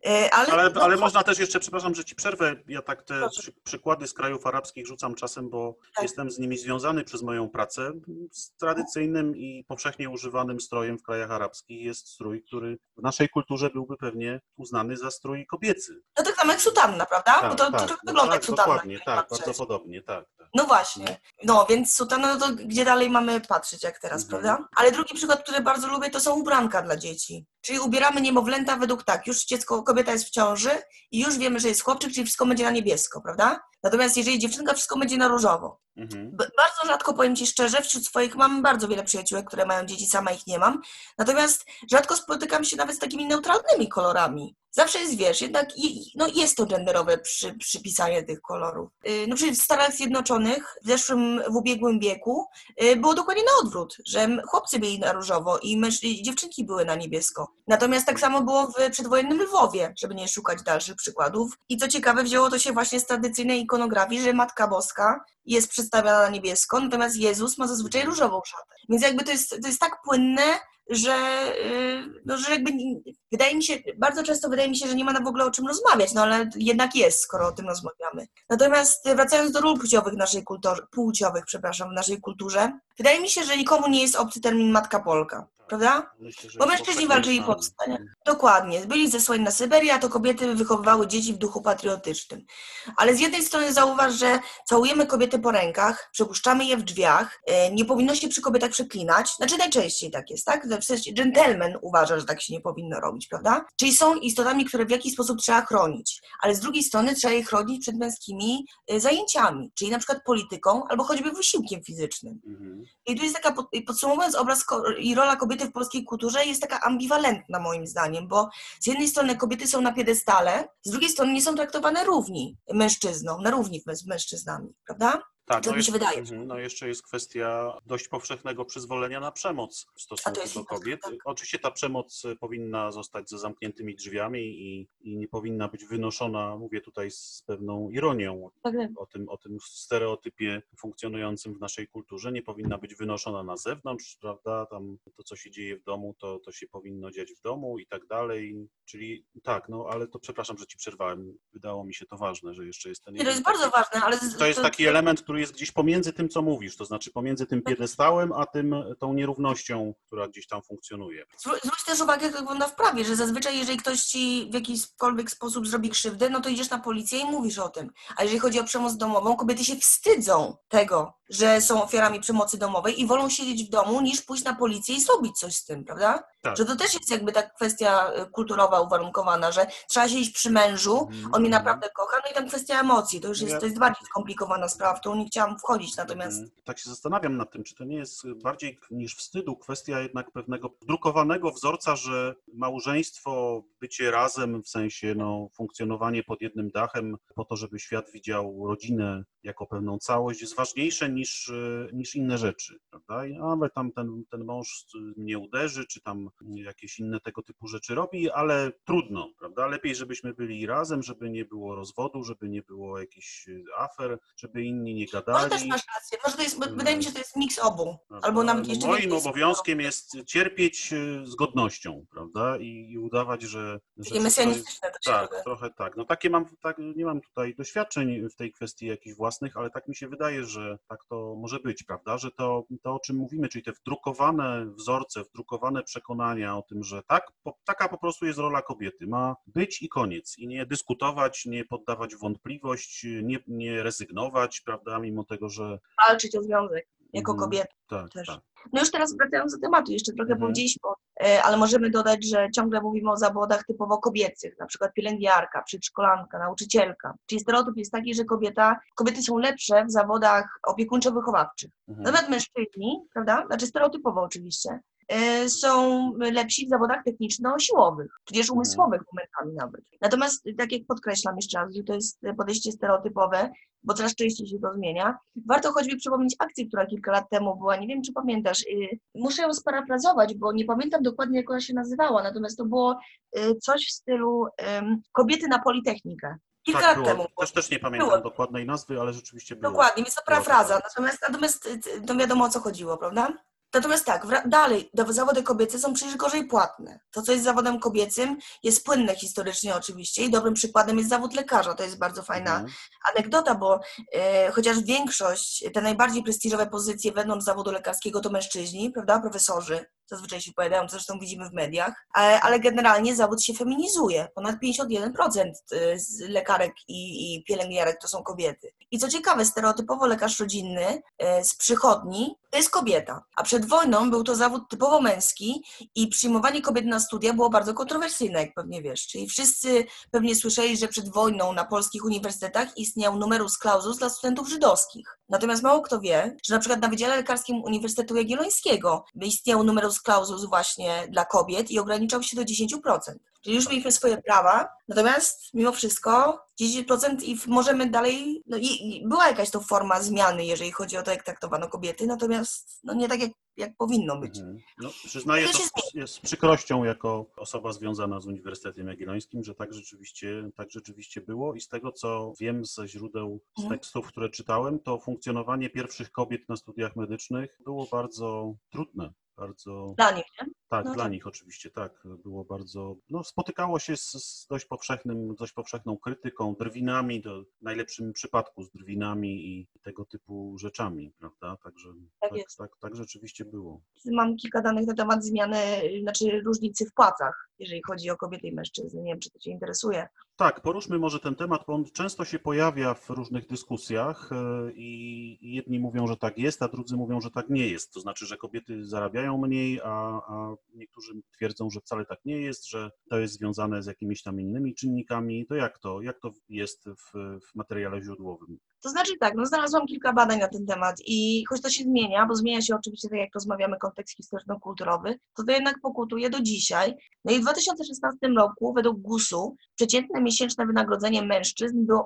Ale można też jeszcze, przepraszam, że ci przerwę, ja tak te przykłady z krajów arabskich rzucam czasem, bo jestem z nimi związany przez moją pracę. Z tradycyjnym i powszechnie używanym strojem w krajach arabskich jest strój, który w naszej kulturze byłby pewnie uznany za strój kobiecy. No tak samo jak sutanna, prawda? Tak, bo to trochę wygląda jak sutanna. Dokładnie, tak, bardzo podobnie, tak. No właśnie. No więc sutanna, no to gdzie dalej mamy patrzeć jak teraz, prawda? Ale drugi przykład, który bardzo lubię, to są ubranka dla dzieci. Czyli ubieramy niemowlęta według już kobieta jest w ciąży i już wiemy, że jest chłopczyk, czyli wszystko będzie na niebiesko, prawda? Natomiast jeżeli dziewczynka, wszystko będzie na różowo. Bardzo rzadko, powiem Ci szczerze, wśród swoich mam bardzo wiele przyjaciółek, które mają dzieci, sama ich nie mam. Natomiast rzadko spotykam się nawet z takimi neutralnymi kolorami. Zawsze jest, wiesz, jednak jest to genderowe przypisanie tych kolorów. No przecież w Stanach Zjednoczonych w ubiegłym wieku było dokładnie na odwrót, że chłopcy byli na różowo i dziewczynki były na niebiesko. Natomiast tak samo było w przedwojennym Lwowie, żeby nie szukać dalszych przykładów. I co ciekawe, wzięło to się właśnie z tradycyjnej ikonografii, że Matka Boska jest przedstawiana na niebiesko, natomiast Jezus ma zazwyczaj różową szatę. Więc jakby to jest tak płynne, że, no, że jakby bardzo często wydaje mi się, że nie ma w ogóle o czym rozmawiać, no ale jednak jest, skoro o tym rozmawiamy. Natomiast wracając do ról płciowych w naszej kulturze, wydaje mi się, że nikomu nie jest obcy termin matka Polka. Prawda? Myślę, że Bo jest mężczyźni powszechnie walczyli w znany. powstaniu. Dokładnie. Byli zesłani na Syberię, a to kobiety wychowywały dzieci w duchu patriotycznym. Ale z jednej strony zauważ, że całujemy kobiety po rękach, przepuszczamy je w drzwiach, nie powinno się przy kobietach przeklinać. Znaczy najczęściej tak jest, tak? W sensie gentleman uważa, że tak się nie powinno robić, prawda? Czyli są istotami, które w jakiś sposób trzeba chronić. Ale z drugiej strony trzeba je chronić przed męskimi zajęciami, czyli na przykład polityką albo choćby wysiłkiem fizycznym. I tu jest taka, podsumowując obraz i rola kobiety w polskiej kulturze jest taka ambiwalentna moim zdaniem, bo z jednej strony kobiety są na piedestale, z drugiej strony nie są traktowane równi mężczyznom, na równi z mężczyznami, prawda? Tak, Tak mi się wydaje. No jeszcze jest kwestia dość powszechnego przyzwolenia na przemoc w stosunku do kobiet. Tak. Oczywiście ta przemoc powinna zostać za zamkniętymi drzwiami i nie powinna być wynoszona, mówię tutaj z pewną ironią, Tak. o tym stereotypie funkcjonującym w naszej kulturze, nie powinna być wynoszona na zewnątrz, prawda, tam to, co się dzieje w domu, to się powinno dziać w domu i tak dalej, czyli tak, no ale to przepraszam, że ci przerwałem, wydało mi się to ważne, że jeszcze jest ten to jest bardzo ważne, ale to jest taki element, który jest gdzieś pomiędzy tym, co mówisz, to znaczy pomiędzy tym piedestałem, a tą nierównością, która gdzieś tam funkcjonuje. Zwróć też uwagę, jak to wygląda w prawie, że zazwyczaj jeżeli ktoś ci w jakikolwiek sposób zrobi krzywdę, no to idziesz na policję i mówisz o tym. A jeżeli chodzi o przemoc domową, kobiety się wstydzą tego, że są ofiarami przemocy domowej i wolą siedzieć w domu, niż pójść na policję i zrobić coś z tym, prawda? Tak. Że to też jest jakby ta kwestia kulturowa uwarunkowana, że trzeba siedzieć przy mężu, on mnie naprawdę kocha, no i tam kwestia emocji, to jest bardziej skomplikowana sprawa, w którą nie chciałam wchodzić, natomiast... Tak się zastanawiam nad tym, czy to nie jest bardziej niż wstydu kwestia jednak pewnego drukowanego wzorca, że małżeństwo, bycie razem, w sensie funkcjonowanie pod jednym dachem po to, żeby świat widział rodzinę jako pewną całość, jest ważniejsze niż inne rzeczy, prawda? Ale tam ten mąż mnie uderzy, czy tam jakieś inne tego typu rzeczy robi, ale trudno, prawda? Lepiej, żebyśmy byli razem, żeby nie było rozwodu, żeby nie było jakichś afer, żeby inni nie gadali. Może też masz rację, może to jest, wydaje mi się, że to jest miks obu, albo nawet jeszcze moim obowiązkiem jest cierpieć z godnością, prawda? I udawać, że takie mesjanistyczne to się tak, trochę tak. No takie nie mam tutaj doświadczeń w tej kwestii jakichś własnych, ale tak mi się wydaje, że tak to może być, prawda? Że to o czym mówimy, czyli te wdrukowane wzorce, wdrukowane przekonania o tym, że taka po prostu jest rola kobiety, ma być i koniec. I nie dyskutować, nie poddawać w wątpliwość, nie rezygnować, prawda? Mimo tego, że... Walczyć o związek jako kobieta też. Tak. No już teraz wracając do tematu, jeszcze trochę powiedzieliśmy, ale możemy dodać, że ciągle mówimy o zawodach typowo kobiecych, na przykład pielęgniarka, przedszkolanka, nauczycielka. Czyli stereotyp jest taki, że kobiety są lepsze w zawodach opiekuńczo-wychowawczych. Nawet mężczyźni, prawda, znaczy stereotypowo oczywiście, są lepsi w zawodach techniczno-siłowych, tudzież umysłowych momentami nawet. Natomiast, tak jak podkreślam jeszcze raz, że to jest podejście stereotypowe, bo coraz częściej się to zmienia. Warto choćby przypomnieć akcję, która kilka lat temu była, nie wiem, czy pamiętasz, muszę ją sparafrazować, bo nie pamiętam dokładnie, jak ona się nazywała, natomiast to było coś w stylu kobiety na Politechnikę. Kilka lat temu. Też nie pamiętam dokładnej nazwy, ale rzeczywiście było. Dokładnie, więc to parafraza, natomiast to wiadomo, o co chodziło, prawda? Natomiast tak, dalej, zawody kobiece są przecież gorzej płatne. To, co jest zawodem kobiecym, jest płynne historycznie oczywiście i dobrym przykładem jest zawód lekarza. To jest bardzo fajna anegdota, bo chociaż większość, te najbardziej prestiżowe pozycje wewnątrz zawodu lekarskiego to mężczyźni, prawda, profesorzy, zazwyczaj się pojawiają, co zresztą widzimy w mediach, ale generalnie zawód się feminizuje. Ponad 51% z lekarek i pielęgniarek to są kobiety. I co ciekawe, stereotypowo lekarz rodzinny z przychodni to jest kobieta, a przed wojną był to zawód typowo męski i przyjmowanie kobiet na studia było bardzo kontrowersyjne, jak pewnie wiesz. Czyli wszyscy pewnie słyszeli, że przed wojną na polskich uniwersytetach istniał numerus clausus dla studentów żydowskich. Natomiast mało kto wie, że na przykład na Wydziale Lekarskim Uniwersytetu Jagiellońskiego istniał numerus clausus właśnie dla kobiet i ograniczał się do 10%. Czyli już mieliśmy swoje prawa, natomiast mimo wszystko 10% i możemy dalej, i była jakaś to forma zmiany, jeżeli chodzi o to, jak traktowano kobiety, natomiast nie tak, jak powinno być. Przyznaję to z przykrością jako osoba związana z Uniwersytetem Jagiellońskim, że tak rzeczywiście było i z tego, co wiem ze źródeł, z tekstów, które czytałem, to funkcjonowanie pierwszych kobiet na studiach medycznych było bardzo trudne. Dla nich, nie? Tak, No dla tak. nich oczywiście, tak, było bardzo, no spotykało się z dość powszechną krytyką, drwinami, to w najlepszym przypadku z drwinami i tego typu rzeczami, prawda, także Tak jest. tak rzeczywiście było. Mam kilka danych na temat zmiany, znaczy różnicy w płacach, jeżeli chodzi o kobiety i mężczyzn. Nie wiem, czy to Cię interesuje. Tak, poruszmy może ten temat, bo on często się pojawia w różnych dyskusjach i jedni mówią, że tak jest, a drudzy mówią, że tak nie jest. To znaczy, że kobiety zarabiają mniej, a niektórzy twierdzą, że wcale tak nie jest, że to jest związane z jakimiś tam innymi czynnikami. To jak to jest w materiale źródłowym? To znaczy tak, no znalazłam kilka badań na ten temat i choć to się zmienia, bo zmienia się oczywiście, tak jak rozmawiamy, kontekst historyczno-kulturowy, to jednak pokutuje do dzisiaj. No i w 2016 roku według GUS-u przeciętne miesięczne wynagrodzenie mężczyzn było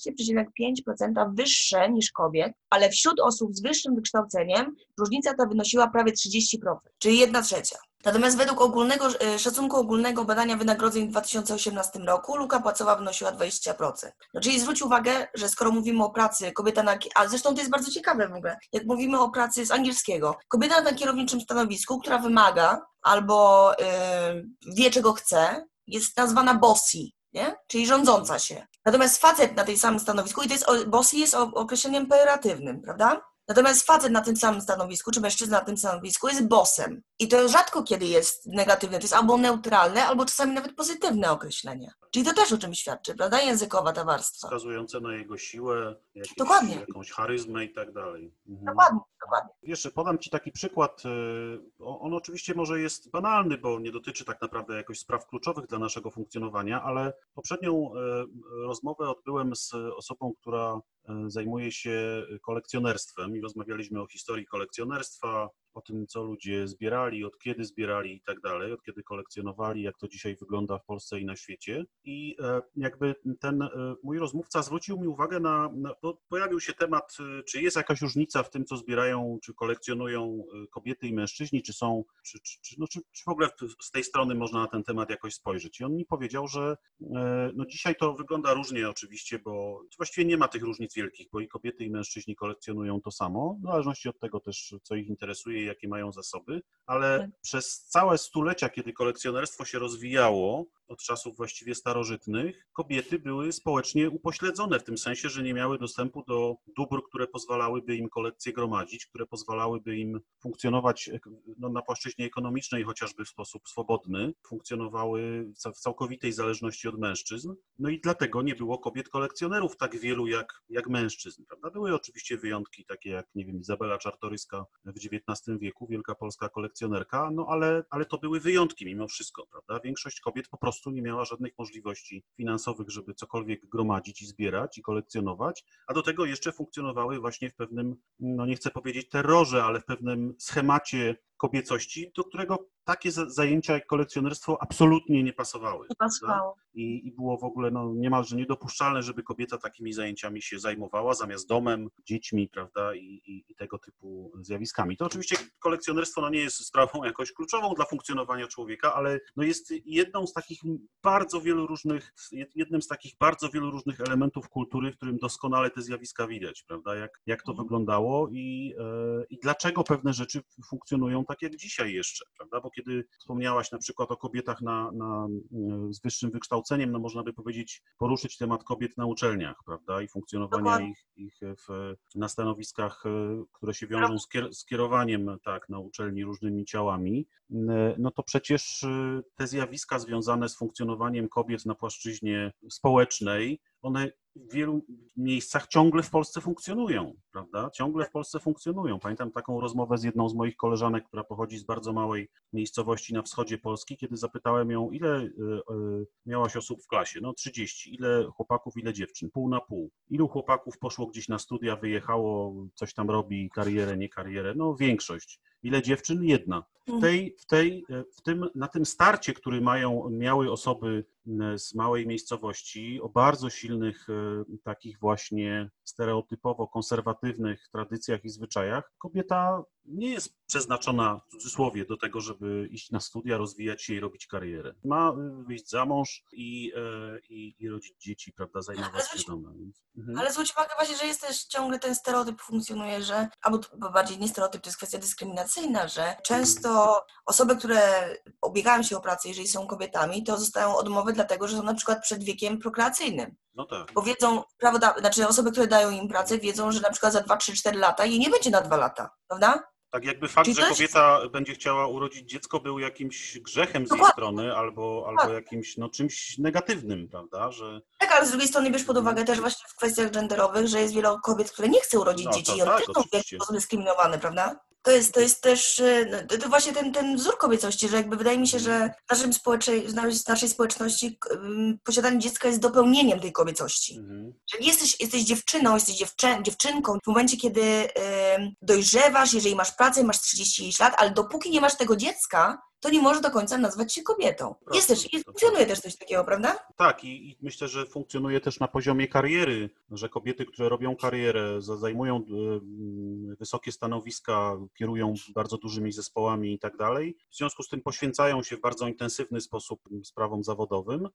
18,5% wyższe niż kobiet, ale wśród osób z wyższym wykształceniem różnica ta wynosiła prawie 30%, czyli 1/3. Natomiast według szacunku ogólnego badania wynagrodzeń w 2018 roku luka płacowa wynosiła 20%. No, czyli zwróć uwagę, że skoro mówimy o pracy, a zresztą to jest bardzo ciekawe w ogóle, jak mówimy o pracy z angielskiego, kobieta na kierowniczym stanowisku, która wymaga albo wie, czego chce, jest nazwana bossy, nie? Czyli rządząca się. Natomiast facet na tym samym stanowisku, i to jest, bossy jest określeniem pejoratywnym, prawda? Natomiast facet na tym samym stanowisku, czy mężczyzna na tym stanowisku jest bossem. I to rzadko kiedy jest negatywne, to jest albo neutralne, albo czasami nawet pozytywne określenie. Czyli to też o czymś świadczy, prawda? Językowa ta warstwa. Wskazujące na jego siłę, Dokładnie. jakąś charyzmę i tak dalej. Dokładnie. Jeszcze podam Ci taki przykład, on oczywiście może jest banalny, bo nie dotyczy tak naprawdę jakoś spraw kluczowych dla naszego funkcjonowania, ale poprzednią rozmowę odbyłem z osobą, która zajmuje się kolekcjonerstwem i rozmawialiśmy o historii kolekcjonerstwa, o tym, co ludzie zbierali, od kiedy zbierali i tak dalej, od kiedy kolekcjonowali, jak to dzisiaj wygląda w Polsce i na świecie. I jakby ten mój rozmówca zwrócił mi uwagę bo pojawił się temat, czy jest jakaś różnica w tym, co zbierają, czy kolekcjonują kobiety i mężczyźni, czy w ogóle z tej strony można na ten temat jakoś spojrzeć. I on mi powiedział, że no dzisiaj to wygląda różnie oczywiście, bo właściwie nie ma tych różnic wielkich, bo i kobiety i mężczyźni kolekcjonują to samo, w zależności od tego też, co ich interesuje, jakie mają zasoby, ale przez całe stulecia, kiedy kolekcjonerstwo się rozwijało, od czasów właściwie starożytnych, kobiety były społecznie upośledzone w tym sensie, że nie miały dostępu do dóbr, które pozwalałyby im kolekcje gromadzić, które pozwalałyby im funkcjonować na płaszczyźnie ekonomicznej chociażby w sposób swobodny, funkcjonowały w całkowitej zależności od mężczyzn. No i dlatego nie było kobiet kolekcjonerów tak wielu jak mężczyzn, prawda? Były oczywiście wyjątki takie jak, nie wiem, Izabela Czartoryska w XIX wieku, wielka polska kolekcjonerka, no ale to były wyjątki mimo wszystko, prawda? Większość kobiet po prostu nie miała żadnych możliwości finansowych, żeby cokolwiek gromadzić i zbierać i kolekcjonować, a do tego jeszcze funkcjonowały właśnie w pewnym, no nie chcę powiedzieć terrorze, ale w pewnym schemacie kobiecości, do którego takie zajęcia jak kolekcjonerstwo absolutnie nie pasowały. Nie pasowało. I było w ogóle niemalże niedopuszczalne, żeby kobieta takimi zajęciami się zajmowała zamiast domem, dziećmi, prawda, i tego typu zjawiskami. To oczywiście kolekcjonerstwo nie jest sprawą jakoś kluczową dla funkcjonowania człowieka, ale jest jednym z takich bardzo wielu różnych elementów kultury, w którym doskonale te zjawiska widać, prawda, jak to wyglądało i dlaczego pewne rzeczy funkcjonują tak jak dzisiaj jeszcze, prawda, bo kiedy wspomniałaś na przykład o kobietach z wyższym wykształceniem, no można by powiedzieć, poruszyć temat kobiet na uczelniach, prawda, i funkcjonowania ich na stanowiskach, które się wiążą z kierowaniem tak, na uczelni różnymi ciałami, no to przecież te zjawiska związane z funkcjonowaniem kobiet na płaszczyźnie społecznej, one w wielu miejscach ciągle w Polsce funkcjonują, prawda? Ciągle w Polsce funkcjonują. Pamiętam taką rozmowę z jedną z moich koleżanek, która pochodzi z bardzo małej miejscowości na wschodzie Polski, kiedy zapytałem ją, ile miałaś osób w klasie? No 30. Ile chłopaków, ile dziewczyn? Pół na pół. Ilu chłopaków poszło gdzieś na studia, wyjechało, coś tam robi, karierę, nie karierę? No większość. Ile dziewczyn? Jedna. Na tym starcie, który miały osoby z małej miejscowości o bardzo silnych takich właśnie stereotypowo konserwatywnych tradycjach i zwyczajach, kobieta nie jest przeznaczona, w cudzysłowie, do tego, żeby iść na studia, rozwijać się i robić karierę. Ma wyjść za mąż i rodzić dzieci, prawda, zajmować się domem. Ale zwróć uwagę właśnie, że jest też ciągle ten stereotyp funkcjonuje, że, albo bardziej nie stereotyp, to jest kwestia dyskryminacyjna, że często osoby, które ubiegają się o pracę, jeżeli są kobietami, to zostają odmowy dlatego, że są na przykład przed wiekiem prokreacyjnym. No tak. Bo wiedzą, znaczy osoby, które dają im pracę, wiedzą, że na przykład za 2, 3, 4 lata jej nie będzie na 2 lata, prawda? Tak jakby fakt, że kobieta będzie chciała urodzić dziecko, był jakimś grzechem z jej strony albo jakimś czymś negatywnym, prawda? Że... Tak, ale z drugiej strony bierz pod uwagę też właśnie w kwestiach genderowych, że jest wiele kobiet, które nie chce urodzić dzieci i one też są w jakiś sposób dyskryminowane, prawda? To jest też to właśnie ten wzór kobiecości, że jakby wydaje mi się, że w naszej społeczności posiadanie dziecka jest dopełnieniem tej kobiecości. Że jesteś dziewczyną, jesteś dziewczynką w momencie, kiedy dojrzewasz, jeżeli masz pracę, masz 30 lat, ale dopóki nie masz tego dziecka, to nie możesz do końca nazwać się kobietą. Funkcjonuje też coś takiego, prawda? Tak, i myślę, że funkcjonuje też na poziomie kariery, że kobiety, które robią karierę, zajmują wysokie stanowiska, kierują bardzo dużymi zespołami i tak dalej, w związku z tym poświęcają się w bardzo intensywny sposób sprawom zawodowym,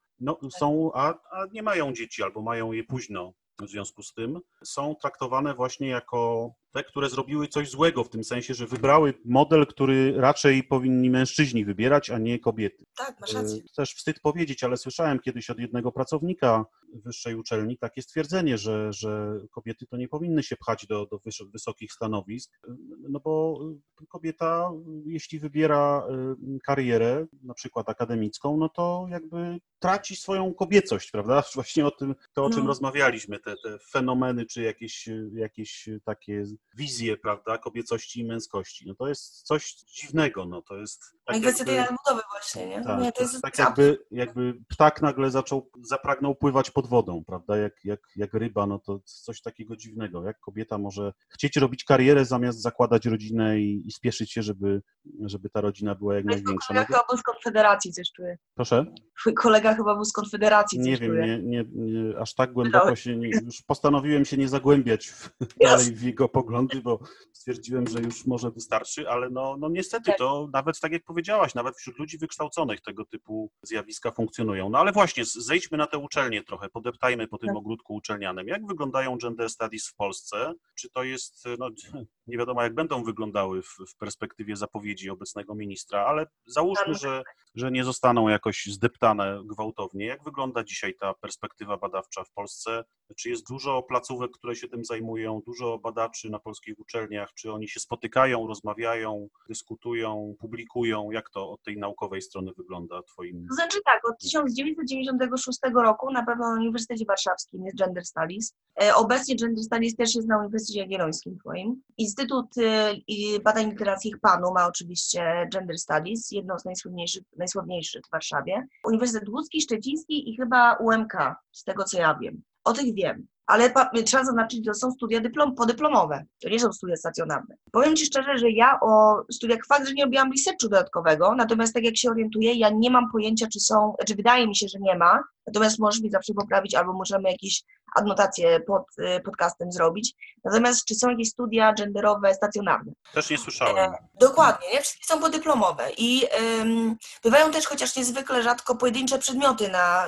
a nie mają dzieci albo mają je późno. W związku z tym są traktowane właśnie jako te, które zrobiły coś złego, w tym sensie, że wybrały model, który raczej powinni mężczyźni wybierać, a nie kobiety. Tak, masz rację. Też wstyd powiedzieć, ale słyszałem kiedyś od jednego pracownika wyższej uczelni takie stwierdzenie, że kobiety to nie powinny się pchać do wysokich stanowisk, no bo kobieta, jeśli wybiera karierę, na przykład akademicką, no to jakby traci swoją kobiecość, prawda? Właśnie o czym rozmawialiśmy, te fenomeny, czy jakieś takie wizje, prawda, kobiecości i męskości. No to jest coś dziwnego, no to jest... Tak kwestia tej nadbudowy właśnie, nie? Tak, nie to jest tak jakby ptak nagle zapragnął pływać pod wodą, prawda, jak ryba, no to coś takiego dziwnego. Jak kobieta może chcieć robić karierę zamiast zakładać rodzinę i spieszyć się, żeby ta rodzina była jak największa. Kolega chyba był z Konfederacji, coś czuję. Proszę? Twój kolega chyba był z Konfederacji, coś Nie wiem, czuję. nie, aż tak głęboko już postanowiłem się nie zagłębiać dalej w jego poglądy, bo stwierdziłem, że już może wystarczy, ale no niestety to nawet tak jak powiedziałaś, nawet wśród ludzi wykształconych tego typu zjawiska funkcjonują. No ale właśnie, zejdźmy na te uczelnie trochę, podeptajmy po tym ogródku uczelnianym. Jak wyglądają gender studies w Polsce? Czy to jest, nie wiadomo jak będą wyglądały w perspektywie zapowiedzi obecnego ministra, ale załóżmy, że nie zostaną jakoś zdeptane gwałtownie. Jak wygląda dzisiaj ta perspektywa badawcza w Polsce? Czy jest dużo placówek, które się tym zajmują, dużo badaczy na polskich uczelniach? Czy oni się spotykają, rozmawiają, dyskutują, publikują? Jak to od tej naukowej strony wygląda twoim... To znaczy tak, od 1996 roku na pewno na Uniwersytecie Warszawskim jest Gender Studies. Obecnie Gender Studies też jest na Uniwersytecie Jagiellońskim twoim. Instytut Badań Literackich PAN-u ma oczywiście Gender Studies, jedną z najsławniejszych w Warszawie. Uniwersytet Łódzki, Szczeciński i chyba UMK, z tego co ja wiem. O tych wiem. Ale trzeba zaznaczyć, że to są studia podyplomowe, to nie są studia stacjonarne. Powiem Ci szczerze, że ja o studiach, fakt, że nie robiłam researchu dodatkowego, natomiast tak jak się orientuję, ja nie mam pojęcia, czy wydaje mi się, że nie ma, natomiast możesz mi zawsze poprawić, albo możemy jakieś adnotacje pod podcastem zrobić. Natomiast czy są jakieś studia genderowe stacjonarne? Też nie słyszałem. Dokładnie, nie? Wszystkie są podyplomowe i bywają też, chociaż niezwykle rzadko, pojedyncze przedmioty na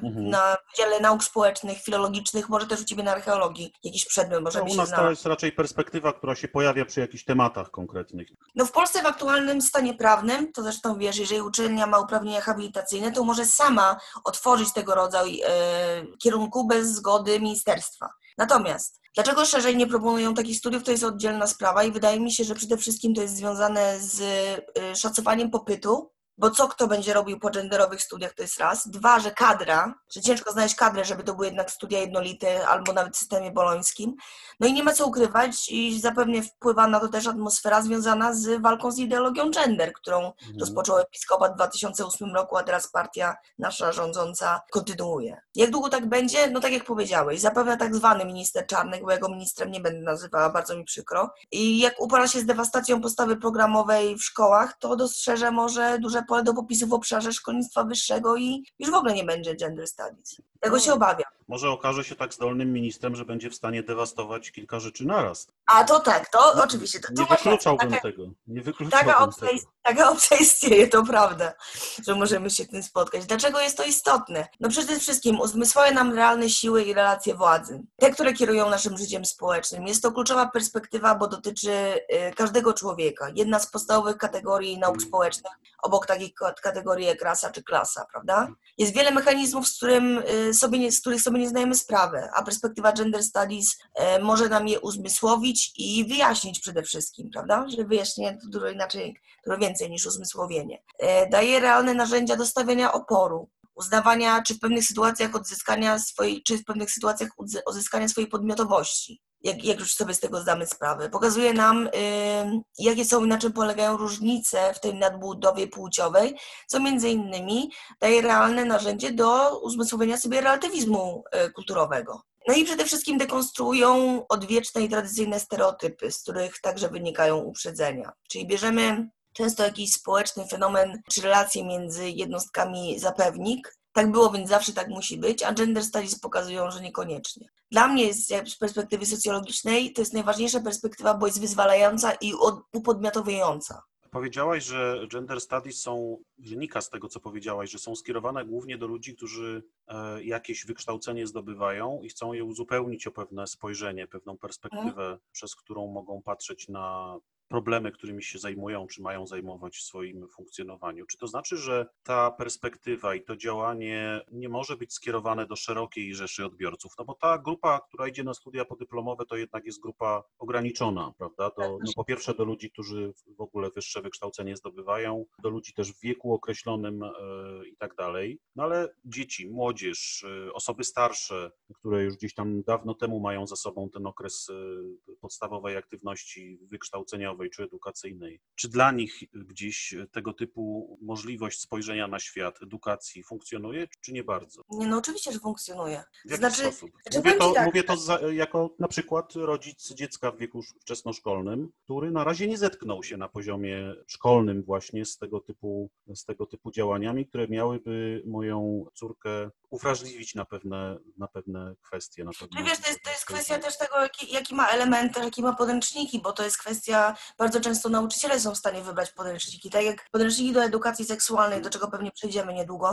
Wydziale Nauk Społecznych, Filologicznych, może też u Ciebie na archeologii jakiś przedmiot może by się znalazł. U nas to jest raczej perspektywa, która się pojawia przy jakichś tematach konkretnych. No w Polsce w aktualnym stanie prawnym, to zresztą wiesz, jeżeli uczelnia ma uprawnienia habilitacyjne, to może sama otworzyć tego rodzaju kierunku bez zgody ministerstwa. Natomiast dlaczego szerzej nie proponują takich studiów, to jest oddzielna sprawa i wydaje mi się, że przede wszystkim to jest związane z szacowaniem popytu, bo co kto będzie robił po genderowych studiach, to jest raz. Dwa, że kadra, że ciężko znaleźć kadrę, żeby to były jednak studia jednolite albo nawet w systemie bolońskim. No i nie ma co ukrywać i zapewne wpływa na to też atmosfera związana z walką z ideologią gender, którą rozpoczął episkopat w 2008 roku, a teraz partia nasza rządząca kontynuuje. Jak długo tak będzie? No tak jak powiedziałeś, zapewne tak zwany minister Czarnek, bo ja go ministrem nie będę nazywała, bardzo mi przykro. I jak upora się z dewastacją postawy programowej w szkołach, to dostrzeże może duże pole do popisu w obszarze szkolnictwa wyższego i już w ogóle nie będzie gender studies. Tego się obawiam. Może okaże się tak zdolnym ministrem, że będzie w stanie dewastować kilka rzeczy naraz. A to tak, to oczywiście. Nie wykluczałbym tego. Nie wykluczałbym taka opcja istnieje, to prawda, że możemy się w tym spotkać. Dlaczego jest to istotne? No przede wszystkim uzmysławia nam realne siły i relacje władzy. Te, które kierują naszym życiem społecznym. Jest to kluczowa perspektywa, bo dotyczy każdego człowieka. Jedna z podstawowych kategorii nauk społecznych, obok takich kategorii jak rasa czy klasa, prawda? Jest wiele mechanizmów, z których sobie nie zdajemy sprawy, a perspektywa gender studies może nam je uzmysłowić i wyjaśnić przede wszystkim, prawda? Że wyjaśnienie to dużo więcej niż uzmysłowienie. Daje realne narzędzia do stawiania oporu, uznawania, czy w pewnych sytuacjach odzyskania swojej podmiotowości. Jak już sobie z tego zdamy sprawę. Pokazuje nam, jakie są i na czym polegają różnice w tej nadbudowie płciowej, co między innymi daje realne narzędzie do uzmysłowienia sobie relatywizmu kulturowego. No i przede wszystkim dekonstruują odwieczne i tradycyjne stereotypy, z których także wynikają uprzedzenia. Czyli bierzemy często jakiś społeczny fenomen czy relacje między jednostkami za pewnik. Tak było, więc zawsze tak musi być, a gender studies pokazują, że niekoniecznie. Dla mnie z perspektywy socjologicznej to jest najważniejsza perspektywa, bo jest wyzwalająca i upodmiotowująca. Powiedziałaś, że gender studies wynika z tego, co powiedziałaś, że są skierowane głównie do ludzi, którzy jakieś wykształcenie zdobywają i chcą je uzupełnić o pewne spojrzenie, pewną perspektywę, przez którą mogą patrzeć na problemy, którymi się zajmują, czy mają zajmować w swoim funkcjonowaniu. Czy to znaczy, że ta perspektywa i to działanie nie może być skierowane do szerokiej rzeszy odbiorców? No bo ta grupa, która idzie na studia podyplomowe, to jednak jest grupa ograniczona, prawda? Po pierwsze do ludzi, którzy w ogóle wyższe wykształcenie zdobywają, do ludzi też w wieku określonym i tak dalej. No ale dzieci, młodzież, osoby starsze, które już gdzieś tam dawno temu mają za sobą ten okres podstawowej aktywności wykształceniowej czy edukacyjnej. Czy dla nich gdzieś tego typu możliwość spojrzenia na świat, edukacji funkcjonuje, czy nie bardzo? Nie, no oczywiście, że funkcjonuje. W jaki sposób? Mówię to jako na przykład rodzic dziecka w wieku wczesnoszkolnym, który na razie nie zetknął się na poziomie szkolnym właśnie z tego typu działaniami, które miałyby moją córkę uwrażliwić na pewne kwestie. No wiesz, to jest kwestia też tego, jaki ma element, jaki ma podręczniki, bo to jest kwestia, bardzo często nauczyciele są w stanie wybrać podręczniki. Tak jak podręczniki do edukacji seksualnej, do czego pewnie przejdziemy niedługo,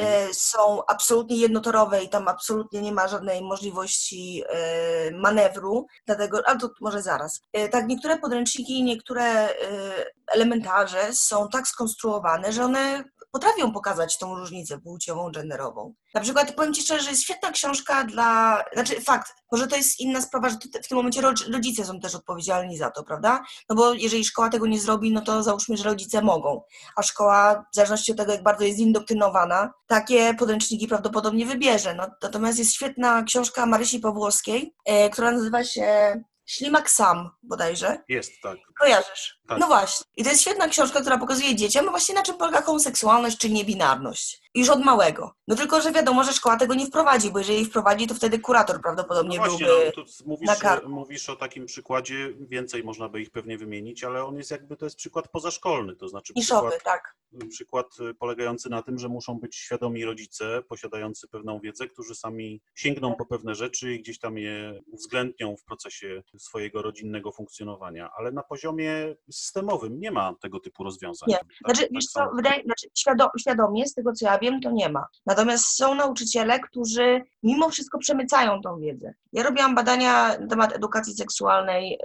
są absolutnie jednotorowe i tam absolutnie nie ma żadnej możliwości manewru, dlatego, ale to może zaraz. Tak, niektóre podręczniki, niektóre elementarze są tak skonstruowane, że one potrafią pokazać tą różnicę płciową, genderową. Na przykład powiem Ci szczerze, że jest świetna książka fakt, może to jest inna sprawa, że w tym momencie rodzice są też odpowiedzialni za to, prawda? No bo jeżeli szkoła tego nie zrobi, no to załóżmy, że rodzice mogą, a szkoła, w zależności od tego, jak bardzo jest zindoktrynowana, takie podręczniki prawdopodobnie wybierze. No, natomiast jest świetna książka Marysi Pawłowskiej, która nazywa się Ślimak Sam bodajże. Jest, tak. Kojarzysz? Tak. No właśnie. I to jest świetna książka, która pokazuje dzieciom właśnie na czym polega homoseksualność czy niebinarność. Już od małego. No tylko, że wiadomo, że szkoła tego nie wprowadzi, bo jeżeli wprowadzi, to wtedy kurator prawdopodobnie byłby na karku. Mówisz o takim przykładzie, więcej można by ich pewnie wymienić, ale on jest to jest przykład pozaszkolny, to znaczy niszowy, tak. Przykład polegający na tym, że muszą być świadomi rodzice, posiadający pewną wiedzę, którzy sami sięgną po pewne rzeczy i gdzieś tam je uwzględnią w procesie swojego rodzinnego funkcjonowania, ale na poziomie systemowym nie ma tego typu rozwiązań. Nie. Świadomie, z tego co ja wiem, to nie ma. Natomiast są nauczyciele, którzy mimo wszystko przemycają tą wiedzę. Ja robiłam badania na temat edukacji seksualnej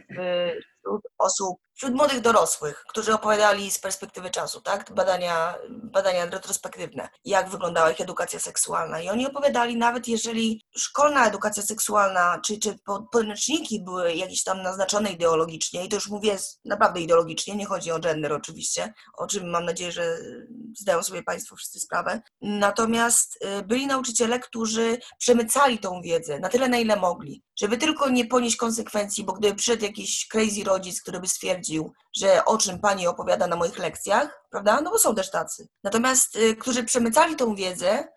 wśród młodych dorosłych, którzy opowiadali z perspektywy czasu, tak? Badania retrospektywne, jak wyglądała ich edukacja seksualna. I oni opowiadali, nawet jeżeli szkolna edukacja seksualna, czy podręczniki były jakieś tam naznaczone ideologicznie, i to już mówię naprawdę ideologicznie, nie chodzi o gender oczywiście, o czym mam nadzieję, że zdają sobie Państwo wszyscy sprawę. Natomiast byli nauczyciele, którzy przemycali tą wiedzę na tyle, na ile mogli, żeby tylko nie ponieść konsekwencji, bo gdyby przyszedł jakiś crazy rodzic, który by stwierdził, że o czym pani opowiada na moich lekcjach, prawda? No bo są też tacy. Natomiast którzy przemycali tą wiedzę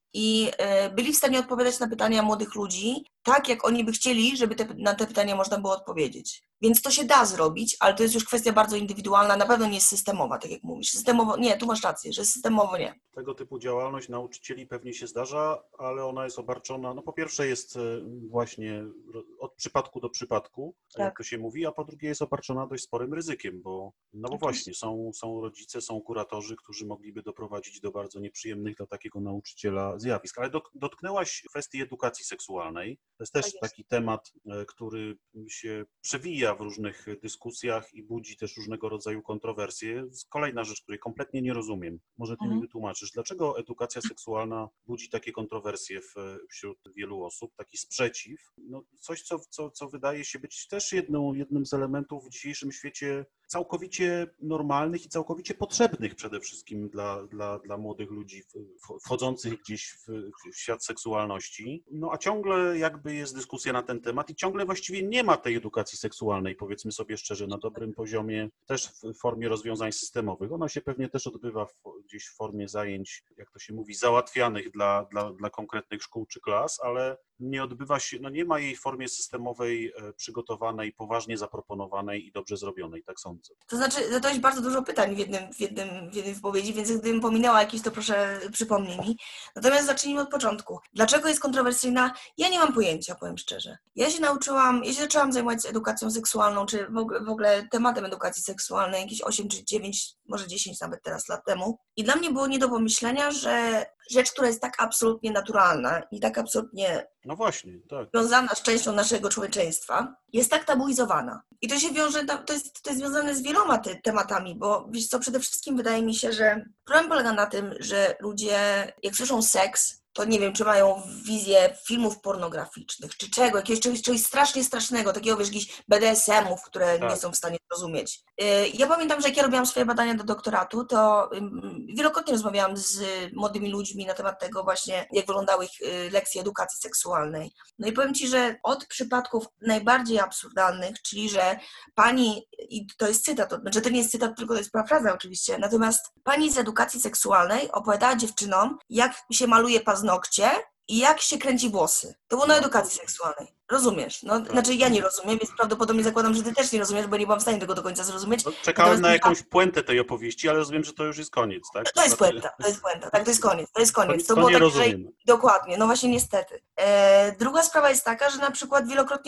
i byli w stanie odpowiadać na pytania młodych ludzi tak, jak oni by chcieli, żeby na te pytania można było odpowiedzieć. Więc to się da zrobić, ale to jest już kwestia bardzo indywidualna, na pewno nie jest systemowa, tak jak mówisz. Systemowo, nie, tu masz rację, że systemowo nie. Tego typu działalność nauczycieli pewnie się zdarza, ale ona jest obarczona, no po pierwsze jest właśnie od przypadku do przypadku, jak to się mówi, a po drugie jest obarczona dość sporym ryzykiem, bo właśnie są rodzice, są kuratorzy, którzy mogliby doprowadzić do bardzo nieprzyjemnych dla takiego nauczyciela zjawisk. Ale dotknęłaś kwestii edukacji seksualnej. To jest też taki temat, który się przewija w różnych dyskusjach i budzi też różnego rodzaju kontrowersje. Kolejna rzecz, której kompletnie nie rozumiem. Może ty mi wytłumaczysz, dlaczego edukacja seksualna budzi takie kontrowersje wśród wielu osób, taki sprzeciw? No, coś, co wydaje się być też jednym z elementów w dzisiejszym świecie całkowicie normalnych i całkowicie potrzebnych przede wszystkim dla młodych ludzi wchodzących gdzieś w świat seksualności. No a ciągle jakby jest dyskusja na ten temat i ciągle właściwie nie ma tej edukacji seksualnej, powiedzmy sobie szczerze, na dobrym poziomie, też w formie rozwiązań systemowych. Ona się pewnie też odbywa gdzieś w formie zajęć, jak to się mówi, załatwianych dla konkretnych szkół czy klas, ale nie odbywa się, no nie ma jej w formie systemowej przygotowanej, poważnie zaproponowanej i dobrze zrobionej, tak sądzę. To znaczy, zadałeś bardzo dużo pytań w jednej wypowiedzi, więc gdybym pominęła jakieś, to proszę przypomnij mi. Natomiast zacznijmy od początku. Dlaczego jest kontrowersyjna? Ja nie mam pojęcia, powiem szczerze. Ja się zaczęłam zajmować edukacją seksualną, czy w ogóle tematem edukacji seksualnej jakieś 8 czy 9, może 10 nawet teraz lat temu. I dla mnie było nie do pomyślenia, że rzecz, która jest tak absolutnie naturalna i tak absolutnie no właśnie, tak, związana z częścią naszego człowieczeństwa, jest tak tabuizowana. I to się wiąże, to jest związane z wieloma tematami, bo wiesz co, przede wszystkim wydaje mi się, że problem polega na tym, że ludzie, jak słyszą seks, to nie wiem, czy mają wizję filmów pornograficznych, czy czegoś strasznie strasznego, takiego, wiesz, jakichś BDSM-ów, które nie są w stanie zrozumieć. Ja pamiętam, że jak ja robiłam swoje badania do doktoratu, to wielokrotnie rozmawiałam z młodymi ludźmi na temat tego właśnie, jak wyglądały ich lekcje edukacji seksualnej. No i powiem Ci, że od przypadków najbardziej absurdalnych, czyli że pani, i to jest cytat, znaczy to nie jest cytat, tylko to jest parafraza oczywiście, natomiast pani z edukacji seksualnej opowiadała dziewczynom, jak się maluje paznokcie i jak się kręci włosy. To było na edukacji seksualnej. Rozumiesz? No, znaczy ja nie rozumiem, więc prawdopodobnie zakładam, że ty też nie rozumiesz, bo nie byłam w stanie tego do końca zrozumieć. No, czekałem na jakąś puentę tej opowieści, ale rozumiem, że to już jest koniec, tak? To jest puenta, tak, to jest koniec. To było nie tak, rozumiem. że dokładnie, no właśnie niestety. Druga sprawa jest taka, że na przykład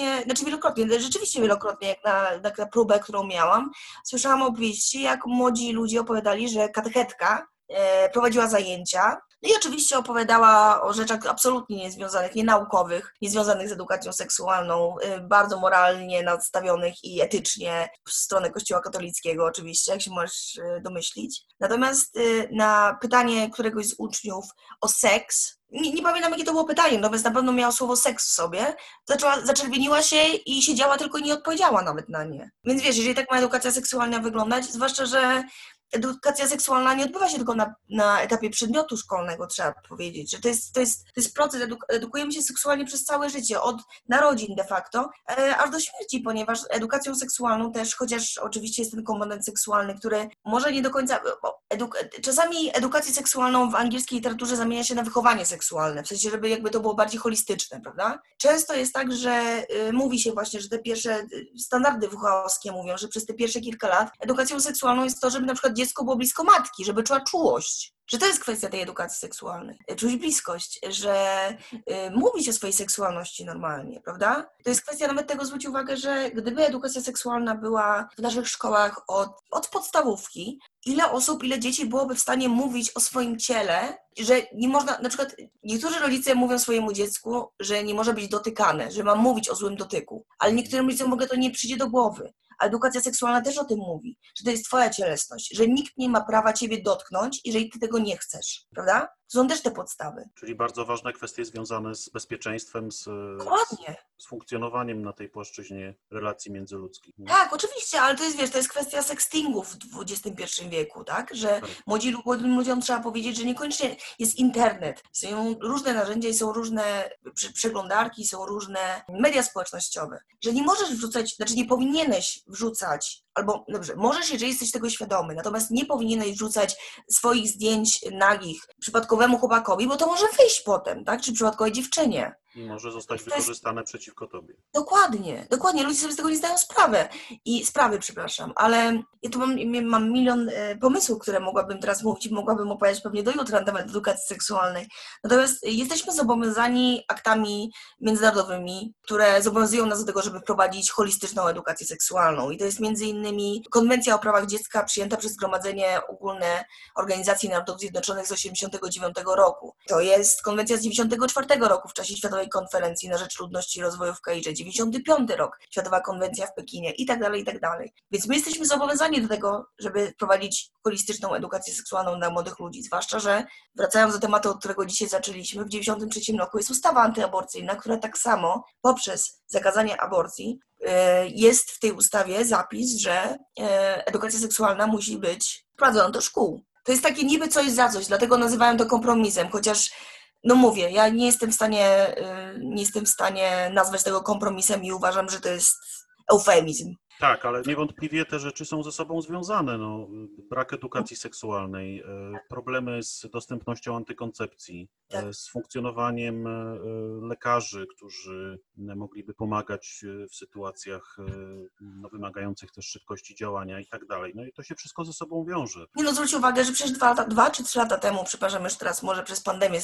rzeczywiście wielokrotnie, jak na próbę, którą miałam, słyszałam opowieści, jak młodzi ludzie opowiadali, że katechetka prowadziła zajęcia. No i oczywiście opowiadała o rzeczach absolutnie niezwiązanych, nienaukowych, niezwiązanych z edukacją seksualną, bardzo moralnie nastawionych i etycznie w stronę Kościoła katolickiego oczywiście, jak się możesz domyślić. Natomiast na pytanie któregoś z uczniów o seks, nie pamiętam jakie to było pytanie, natomiast na pewno miało słowo seks w sobie, zaczerwieniła się i siedziała tylko i nie odpowiedziała nawet na nie. Więc wiesz, jeżeli tak ma edukacja seksualna wyglądać, zwłaszcza, że edukacja seksualna nie odbywa się tylko na etapie przedmiotu szkolnego, trzeba powiedzieć, że to jest proces, edukujemy się seksualnie przez całe życie, od narodzin de facto, aż do śmierci, ponieważ edukacją seksualną też, chociaż oczywiście jest ten komponent seksualny, który może nie do końca, czasami edukację seksualną w angielskiej literaturze zamienia się na wychowanie seksualne, w sensie, żeby jakby to było bardziej holistyczne, prawda? Często jest tak, że mówi się właśnie, że te pierwsze standardy WHO-owskie mówią, że przez te pierwsze kilka lat edukacją seksualną jest to, żeby na przykład dziecko było blisko matki, żeby czuła czułość. Że to jest kwestia tej edukacji seksualnej. Czuć bliskość, że mówić o swojej seksualności normalnie, prawda? To jest kwestia nawet tego, zwróć uwagę, że gdyby edukacja seksualna była w naszych szkołach od podstawówki, ile dzieci byłoby w stanie mówić o swoim ciele, że nie można, na przykład niektórzy rodzice mówią swojemu dziecku, że nie może być dotykane, że ma mówić o złym dotyku, ale niektórym rodzicom w ogóle to nie przyjdzie do głowy. A edukacja seksualna też o tym mówi, że to jest twoja cielesność, że nikt nie ma prawa ciebie dotknąć, jeżeli ty tego nie chcesz, prawda? To są też te podstawy. Czyli bardzo ważne kwestie związane z bezpieczeństwem, z funkcjonowaniem na tej płaszczyźnie relacji międzyludzkich. Nie? Tak, oczywiście, ale to jest, wiesz, to jest kwestia sextingu w XXI wieku, tak? Że młodym ludziom trzeba powiedzieć, że niekoniecznie jest internet. Są różne narzędzia i są różne przeglądarki, są różne media społecznościowe. Że nie możesz wrzucać, znaczy nie powinieneś wrzucać albo dobrze, możesz, jeżeli jesteś tego świadomy, natomiast nie powinieneś wrzucać swoich zdjęć nagich przypadkowemu chłopakowi, bo to może wyjść potem, tak? Czy przypadkowej dziewczynie. I może zostać To jest wykorzystane przeciwko tobie. dokładnie, ludzie sobie z tego nie zdają sprawy, przepraszam, ale ja tu mam milion pomysłów, które mogłabym teraz mówić i mogłabym opowiadać pewnie do jutra na temat edukacji seksualnej. Natomiast jesteśmy zobowiązani aktami międzynarodowymi, które zobowiązują nas do tego, żeby wprowadzić holistyczną edukację seksualną. I to jest między innymi Konwencja o prawach dziecka przyjęta przez Zgromadzenie Ogólne Organizacji Narodów Zjednoczonych z 1989 roku. To jest konwencja z 1994 roku w czasie Światowej Konferencji na rzecz Ludności i Rozwoju w Kairze, 95 rok, Światowa Konwencja w Pekinie i tak dalej, i tak dalej. Więc my jesteśmy zobowiązani do tego, żeby wprowadzić holistyczną edukację seksualną dla młodych ludzi, zwłaszcza, że wracając do tematu, od którego dzisiaj zaczęliśmy, w 93 roku jest ustawa antyaborcyjna, która tak samo poprzez zakazanie aborcji jest w tej ustawie zapis, że edukacja seksualna musi być wprowadzona do szkół. To jest takie niby coś za coś, dlatego nazywałem to kompromisem, chociaż no mówię, ja nie jestem w stanie nazwać tego kompromisem i uważam, że to jest eufemizm. Tak, ale niewątpliwie te rzeczy są ze sobą związane. No, brak edukacji seksualnej, problemy z dostępnością antykoncepcji, Tak. z funkcjonowaniem lekarzy, którzy mogliby pomagać w sytuacjach wymagających też szybkości działania i tak dalej. No i to się wszystko ze sobą wiąże. Nie no, zwróć uwagę, że przecież 2 czy 3 lata temu, przepraszam, już teraz może przez pandemię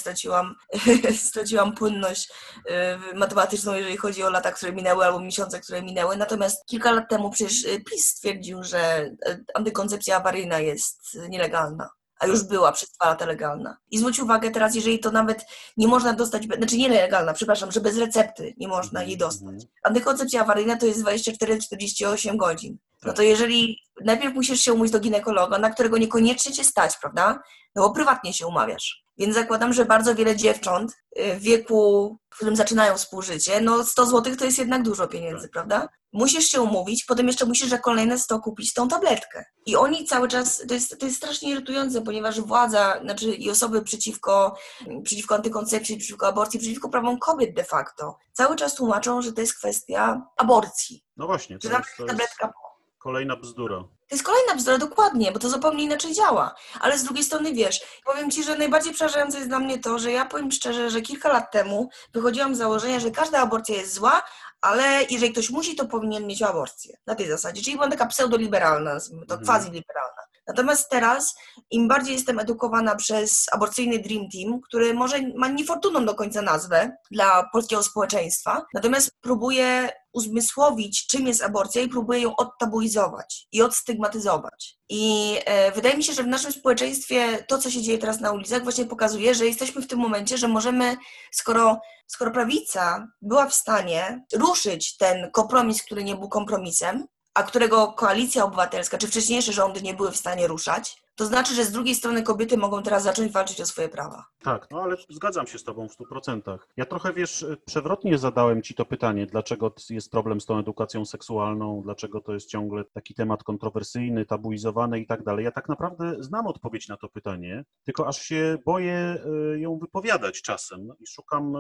straciłam płynność matematyczną, jeżeli chodzi o lata, które minęły, albo miesiące, które minęły. Natomiast kilka lat temu przecież PiS stwierdził, że antykoncepcja awaryjna jest nielegalna, a już była przez 2 lata legalna. I zwróć uwagę teraz, jeżeli to nawet nie można dostać, znaczy nielegalna, przepraszam, że bez recepty nie można jej dostać. Antykoncepcja awaryjna to jest 24-48 godzin. No to jeżeli najpierw musisz się umówić do ginekologa, na którego niekoniecznie cię stać, prawda? No bo prywatnie się umawiasz. Więc zakładam, że bardzo wiele dziewcząt w wieku, w którym zaczynają współżycie, no 100 zł to jest jednak dużo pieniędzy, prawda? Musisz się umówić, potem jeszcze musisz za kolejne 100 kupić tą tabletkę. I oni cały czas, to jest strasznie irytujące, ponieważ władza, znaczy i osoby przeciwko antykoncepcji, przeciwko aborcji, przeciwko prawom kobiet de facto, cały czas tłumaczą, że to jest kwestia aborcji. No właśnie, to jest tabletka kolejna bzdura. To jest kolejna bzdura, dokładnie, bo to zupełnie inaczej działa. Ale z drugiej strony, wiesz, powiem Ci, że najbardziej przerażające jest dla mnie to, że ja powiem szczerze, że kilka lat temu wychodziłam z założenia, że każda aborcja jest zła, ale jeżeli ktoś musi, to powinien mieć aborcję. Na tej zasadzie. Czyli byłam taka pseudoliberalna, to quasi-liberalna. Natomiast teraz, im bardziej jestem edukowana przez aborcyjny Dream Team, który może ma niefortunną do końca nazwę dla polskiego społeczeństwa, natomiast próbuję uzmysłowić, czym jest aborcja i próbuję ją odtabuizować i odstygmatyzować. I wydaje mi się, że w naszym społeczeństwie to, co się dzieje teraz na ulicach, właśnie pokazuje, że jesteśmy w tym momencie, że możemy, skoro prawica była w stanie ruszyć ten kompromis, który nie był kompromisem, a którego Koalicja Obywatelska czy wcześniejsze rządy nie były w stanie ruszać, to znaczy, że z drugiej strony kobiety mogą teraz zacząć walczyć o swoje prawa. Tak, no ale zgadzam się z Tobą w 100%. Ja trochę, wiesz, przewrotnie zadałem Ci to pytanie, dlaczego jest problem z tą edukacją seksualną, dlaczego to jest ciągle taki temat kontrowersyjny, tabuizowany i tak dalej. Ja tak naprawdę znam odpowiedź na to pytanie, tylko aż się boję ją wypowiadać czasem i szukam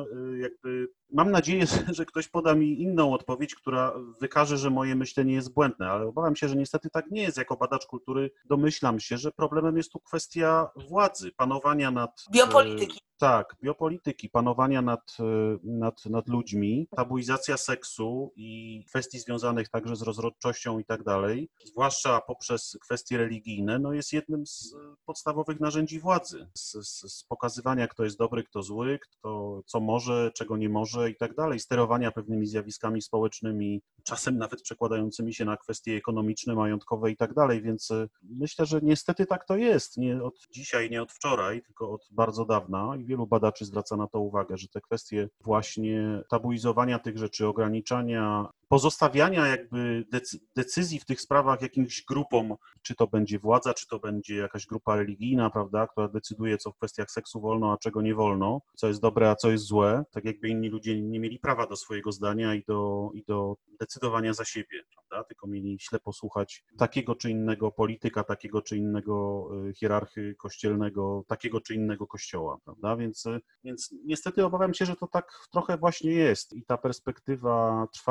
mam nadzieję, że ktoś poda mi inną odpowiedź, która wykaże, że moje myślenie jest błędne, ale obawiam się, że niestety tak nie jest. Jako badacz kultury domyślam się, że problemem jest tu kwestia władzy, panowania nad... Biopolityki. Tak, biopolityki, panowania nad ludźmi, tabuizacja seksu i kwestii związanych także z rozrodczością i tak dalej, zwłaszcza poprzez kwestie religijne, no jest jednym z podstawowych narzędzi władzy, z pokazywania, kto jest dobry, kto zły, kto co może, czego nie może i tak dalej, sterowania pewnymi zjawiskami społecznymi, czasem nawet przekładającymi się na kwestie ekonomiczne, majątkowe i tak dalej, więc myślę, że niestety tak to jest, nie od dzisiaj, nie od wczoraj, tylko od bardzo dawna i wielu badaczy zwraca na to uwagę, że te kwestie właśnie tabuizowania tych rzeczy, ograniczania, pozostawiania jakby decyzji w tych sprawach jakimś grupom, czy to będzie władza, czy to będzie jakaś grupa religijna, prawda, która decyduje, co w kwestiach seksu wolno, a czego nie wolno, co jest dobre, a co jest złe, tak jakby inni ludzie nie mieli prawa do swojego zdania i do decydowania za siebie, prawda, tylko mieli ślepo słuchać takiego czy innego polityka, takiego czy innego hierarchy kościelnego, takiego czy innego kościoła, prawda, więc niestety obawiam się, że to tak trochę właśnie jest i ta perspektywa trwa już bardzo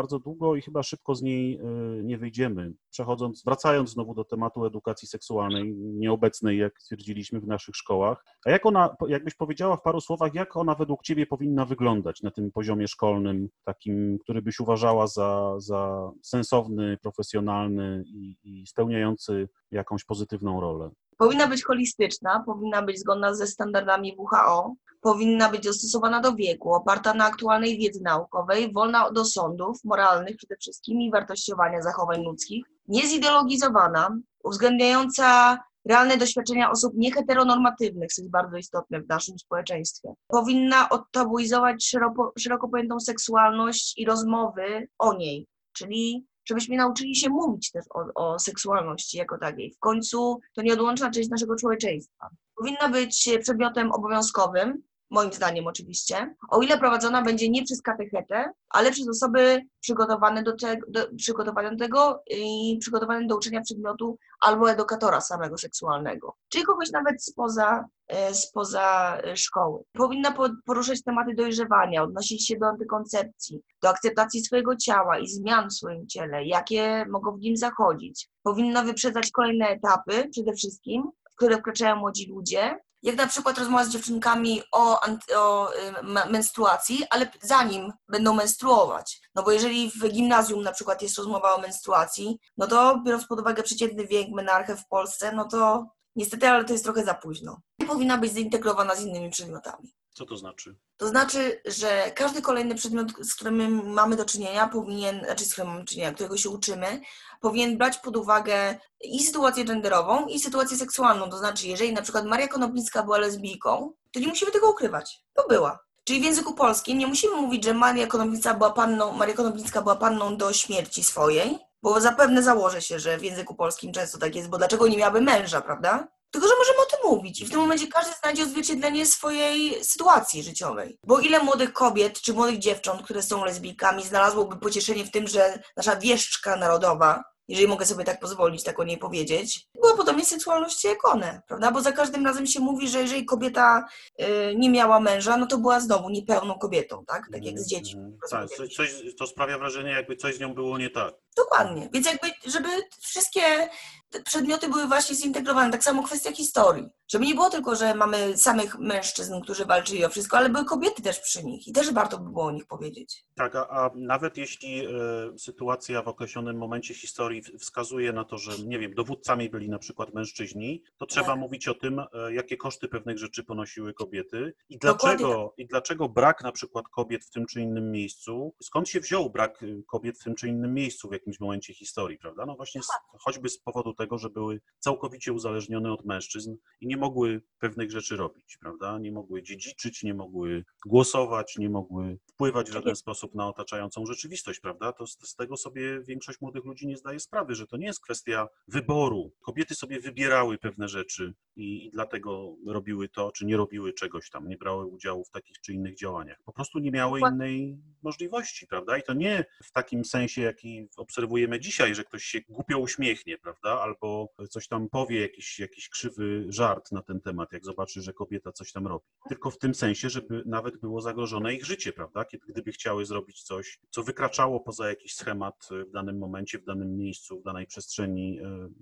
bardzo długo i chyba szybko z niej nie wyjdziemy. Wracając znowu do tematu edukacji seksualnej, nieobecnej, jak stwierdziliśmy, w naszych szkołach. A jak ona, jakbyś powiedziała w paru słowach, jak ona według Ciebie powinna wyglądać na tym poziomie szkolnym, takim, który byś uważała za sensowny, profesjonalny i spełniający jakąś pozytywną rolę? Powinna być holistyczna, powinna być zgodna ze standardami WHO, powinna być dostosowana do wieku, oparta na aktualnej wiedzy naukowej, wolna od osądów moralnych przede wszystkim i wartościowania zachowań ludzkich, niezideologizowana, uwzględniająca realne doświadczenia osób nieheteronormatywnych, co jest bardzo istotne w naszym społeczeństwie. Powinna odtabuizować szeroko pojętą seksualność i rozmowy o niej, czyli żebyśmy nauczyli się mówić też o seksualności jako takiej. W końcu to nieodłączna część naszego człowieczeństwa. Powinna być przedmiotem obowiązkowym, moim zdaniem oczywiście, o ile prowadzona będzie nie przez katechetę, ale przez osoby przygotowane do tego i przygotowane do uczenia przedmiotu albo edukatora samego seksualnego, czyli kogoś nawet spoza szkoły. Powinna poruszać tematy dojrzewania, odnosić się do antykoncepcji, do akceptacji swojego ciała i zmian w swoim ciele, jakie mogą w nim zachodzić. Powinna wyprzedzać kolejne etapy przede wszystkim, w które wkraczają młodzi ludzie, jak na przykład rozmowa z dziewczynkami o menstruacji, ale zanim będą menstruować. No bo jeżeli w gimnazjum na przykład jest rozmowa o menstruacji, no to biorąc pod uwagę przeciętny wiek menarche w Polsce, no to niestety, ale to jest trochę za późno. Powinna być zintegrowana z innymi przedmiotami. Co to znaczy? To znaczy, że każdy kolejny przedmiot, z którym mamy do czynienia, którego się uczymy, powinien brać pod uwagę i sytuację genderową, i sytuację seksualną. To znaczy, jeżeli na przykład Maria Konopnicka była lesbijką, to nie musimy tego ukrywać. To była. Czyli w języku polskim nie musimy mówić, że Maria Konopnicka była panną do śmierci swojej, bo zapewne założę się, że w języku polskim często tak jest, bo dlaczego nie miałaby męża, prawda? Tylko że możemy o tym mówić i w tym momencie każdy znajdzie odzwierciedlenie swojej sytuacji życiowej. Bo ile młodych kobiet czy młodych dziewcząt, które są lesbijkami, znalazłoby pocieszenie w tym, że nasza wieszczka narodowa, jeżeli mogę sobie tak pozwolić, tak o niej powiedzieć, była podobnie seksualności jak one, prawda? Bo za każdym razem się mówi, że jeżeli kobieta nie miała męża, no to była znowu niepełną kobietą, tak? Tak jak z dziećmi. Tak, to sprawia wrażenie, jakby coś z nią było nie tak. Dokładnie. Więc jakby, żeby wszystkie te przedmioty były właśnie zintegrowane, tak samo kwestia historii. Żeby nie było tylko, że mamy samych mężczyzn, którzy walczyli o wszystko, ale były kobiety też przy nich i też warto by było o nich powiedzieć. Tak, a nawet jeśli sytuacja w określonym momencie historii wskazuje na to, że, nie wiem, dowódcami byli na przykład mężczyźni, to trzeba mówić o tym, jakie koszty pewnych rzeczy ponosiły kobiety i dlaczego brak na przykład kobiet w tym czy innym miejscu, skąd się wziął brak kobiet w tym czy innym miejscu w jakimś momencie historii, prawda? No właśnie choćby z powodu tego, że były całkowicie uzależnione od mężczyzn i nie mogły pewnych rzeczy robić, prawda? Nie mogły dziedziczyć, nie mogły głosować, nie mogły wpływać w żaden sposób na otaczającą rzeczywistość, prawda? To z tego sobie większość młodych ludzi nie zdaje sprawy, że to nie jest kwestia wyboru. Kobiety sobie wybierały pewne rzeczy i dlatego robiły to, czy nie robiły czegoś tam, nie brały udziału w takich czy innych działaniach. Po prostu nie miały innej możliwości, prawda? I to nie w takim sensie, jaki obserwujemy dzisiaj, że ktoś się głupio uśmiechnie, prawda? Albo coś tam powie, jakiś krzywy żart na ten temat, jak zobaczy, że kobieta coś tam robi. Tylko w tym sensie, żeby nawet było zagrożone ich życie, prawda? Gdyby chciały zrobić coś, co wykraczało poza jakiś schemat w danym momencie, w danym miejscu, w danej przestrzeni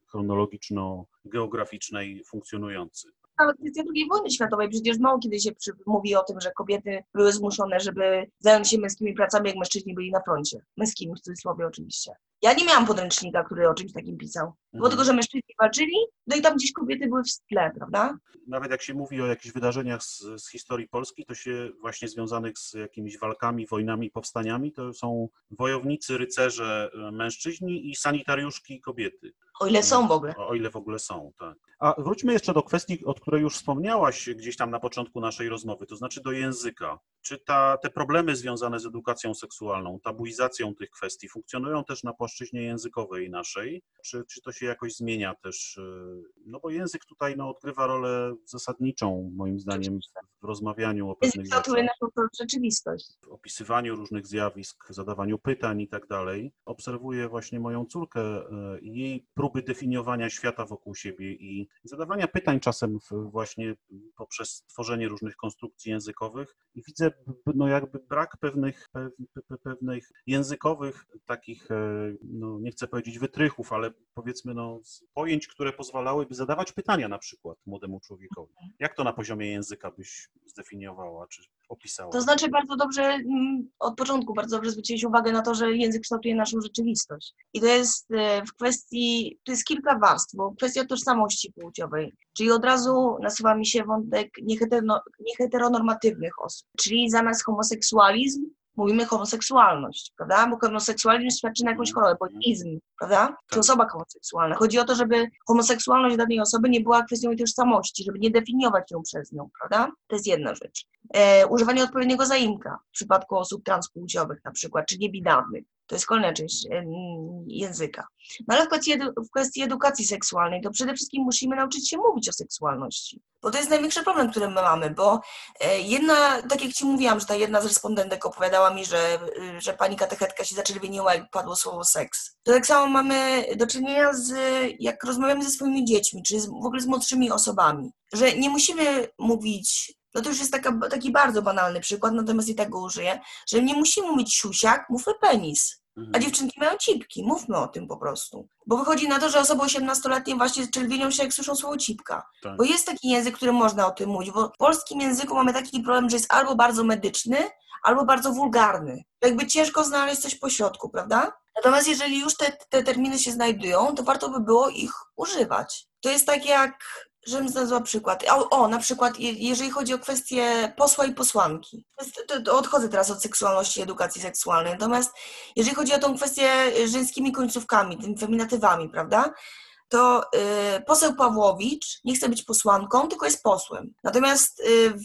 chronologiczno-geograficznej funkcjonujący. Nawet kwestia II wojny światowej, przecież mało kiedy się mówi o tym, że kobiety były zmuszone, żeby zająć się męskimi pracami, jak mężczyźni byli na froncie. Męskimi, w cudzysłowie oczywiście. Ja nie miałam podręcznika, który o czymś takim pisał. Było tylko, że mężczyźni walczyli, no i tam gdzieś kobiety były w tle, prawda? Nawet jak się mówi o jakichś wydarzeniach z historii Polski, to się właśnie związanych z jakimiś walkami, wojnami, powstaniami, to są wojownicy, rycerze, mężczyźni i sanitariuszki kobiety. O ile są w ogóle. O ile w ogóle są, tak. A wróćmy jeszcze do kwestii, o której już wspomniałaś gdzieś tam na początku naszej rozmowy, to znaczy do języka. Czy te problemy związane z edukacją seksualną, tabuizacją tych kwestii funkcjonują też na płaszczyźnie językowej naszej? Czy to się jakoś zmienia też? No bo język tutaj odgrywa rolę zasadniczą, moim zdaniem, w rozmawianiu o pewnych rzeczach. Kształtuje naszą rzeczywistość. W opisywaniu różnych zjawisk, zadawaniu pytań i tak dalej. Obserwuję właśnie moją córkę i jej próby definiowania świata wokół siebie i i zadawania pytań czasem właśnie poprzez tworzenie różnych konstrukcji językowych i widzę no jakby brak pewnych językowych takich, no nie chcę powiedzieć wytrychów, ale powiedzmy no pojęć, które pozwalałyby zadawać pytania na przykład młodemu człowiekowi. Jak to na poziomie języka byś zdefiniowała czy opisała? To znaczy bardzo dobrze, od początku bardzo dobrze zwróciłeś uwagę na to, że język kształtuje naszą rzeczywistość. I to jest w kwestii, to jest kilka warstw, bo kwestia tożsamości płciowej, czyli od razu nasuwa mi się wątek nieheteronormatywnych osób, czyli zamiast homoseksualizm mówimy homoseksualność, prawda? Bo homoseksualizm świadczy na jakąś chorobę, bo izm, prawda? Czy osoba homoseksualna. Chodzi o to, żeby homoseksualność danej osoby nie była kwestią jej tożsamości, żeby nie definiować ją przez nią, prawda? To jest jedna rzecz. Używanie odpowiedniego zaimka w przypadku osób transpłciowych na przykład, czy niebinarnych. To jest kolejna część języka. No ale w kwestii edukacji seksualnej to przede wszystkim musimy nauczyć się mówić o seksualności. Bo to jest największy problem, który my mamy, bo tak jak Ci mówiłam, że ta jedna z respondentek opowiadała mi, że pani katechetka się zaczerwieniła, jak padło słowo seks. To tak samo mamy do czynienia jak rozmawiamy ze swoimi dziećmi, czy w ogóle z młodszymi osobami, że nie musimy mówić. No to już jest taki bardzo banalny przykład, natomiast i tak go użyję, że nie musimy mówić siusiak, mówmy penis. A dziewczynki mają cipki, mówmy o tym po prostu. Bo wychodzi na to, że osoby 18-letnie właśnie czerwienią się, jak słyszą słowo cipka. Tak. Bo jest taki język, w którym można o tym mówić, bo w polskim języku mamy taki problem, że jest albo bardzo medyczny, albo bardzo wulgarny. Jakby ciężko znaleźć coś pośrodku, prawda? Natomiast jeżeli już te terminy się znajdują, to warto by było ich używać. To jest tak jak... Żebym znalazła przykład. Na przykład jeżeli chodzi o kwestię posła i posłanki. To odchodzę teraz od seksualności i edukacji seksualnej. Natomiast jeżeli chodzi o tą kwestię żeńskimi końcówkami, tymi feminatywami, prawda? To poseł Pawłowicz nie chce być posłanką, tylko jest posłem. Natomiast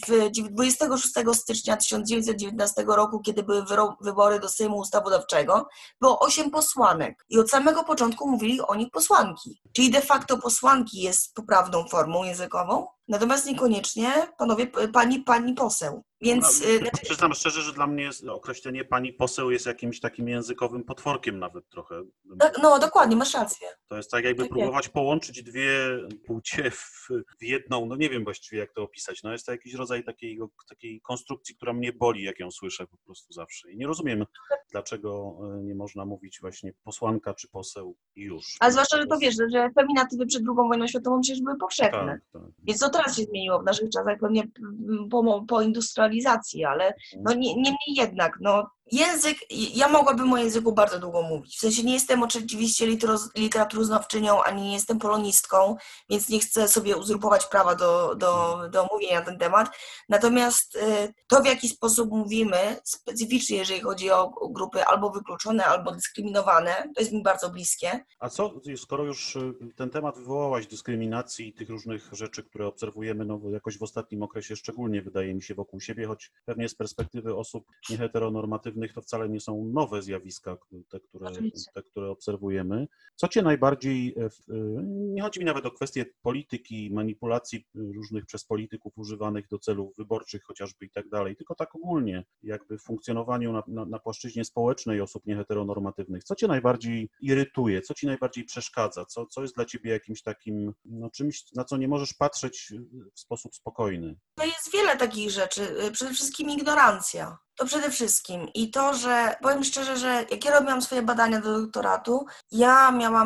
26 stycznia 1919 roku, kiedy były wybory do Sejmu Ustawodawczego, było 8 posłanek i od samego początku mówili o nich posłanki. Czyli de facto posłanki jest poprawną formą językową, natomiast niekoniecznie pani poseł. Więc przyznam szczerze, że dla mnie określenie pani poseł jest jakimś takim językowym potworkiem nawet trochę. tak, no dokładnie, masz rację. To jest tak jakby próbować połączyć dwie płcie w jedną, no nie wiem właściwie jak to opisać, no jest to jakiś rodzaj takiej konstrukcji, która mnie boli, jak ją słyszę po prostu zawsze. I nie rozumiem, dlaczego nie można mówić właśnie posłanka czy poseł i już. A zwłaszcza, że to wiesz, że feminatywy przed II wojną światową przecież były powszechne. Tak. Więc to teraz się zmieniło w naszych czasach, pewnie po industrializacji, ale no niemniej jednak, no język, ja mogłabym o języku bardzo długo mówić. W sensie nie jestem oczywiście literaturoznawczynią, ani nie jestem polonistką, więc nie chcę sobie uzurpować prawa do mówienia na ten temat. Natomiast to, w jaki sposób mówimy, specyficznie jeżeli chodzi o grupy albo wykluczone, albo dyskryminowane, to jest mi bardzo bliskie. A co, skoro już ten temat wywołałaś, dyskryminacji i tych różnych rzeczy, które obserwujemy no, jakoś w ostatnim okresie, szczególnie wydaje mi się wokół siebie, choć pewnie z perspektywy osób nieheteronormatywnych to wcale nie są nowe zjawiska, te, które obserwujemy. Co Cię najbardziej, nie chodzi mi nawet o kwestię polityki, manipulacji różnych przez polityków używanych do celów wyborczych chociażby i tak dalej, tylko tak ogólnie, jakby w funkcjonowaniu na płaszczyźnie społecznej osób nieheteronormatywnych. Co Cię najbardziej irytuje, co Ci najbardziej przeszkadza, co jest dla Ciebie jakimś takim, no czymś, na co nie możesz patrzeć w sposób spokojny? To jest wiele takich rzeczy, przede wszystkim ignorancja. To przede wszystkim. I to, że powiem szczerze, że jak ja robiłam swoje badania do doktoratu, ja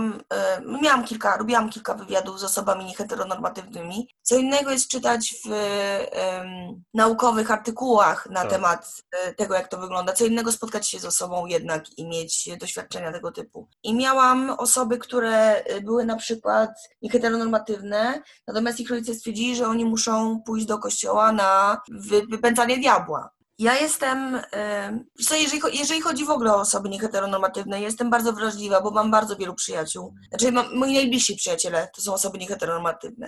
robiłam kilka wywiadów z osobami nieheteronormatywnymi. Co innego jest czytać w naukowych artykułach na temat tego, jak to wygląda. Co innego spotkać się z osobą jednak i mieć doświadczenia tego typu. I miałam osoby, które były na przykład nieheteronormatywne, natomiast ich rodzice stwierdzili, że oni muszą pójść do kościoła na wypędzanie diabła. Ja jestem, jeżeli chodzi w ogóle o osoby nieheteronormatywne, jestem bardzo wrażliwa, bo mam bardzo wielu przyjaciół. Znaczy moi najbliżsi przyjaciele to są osoby nieheteronormatywne,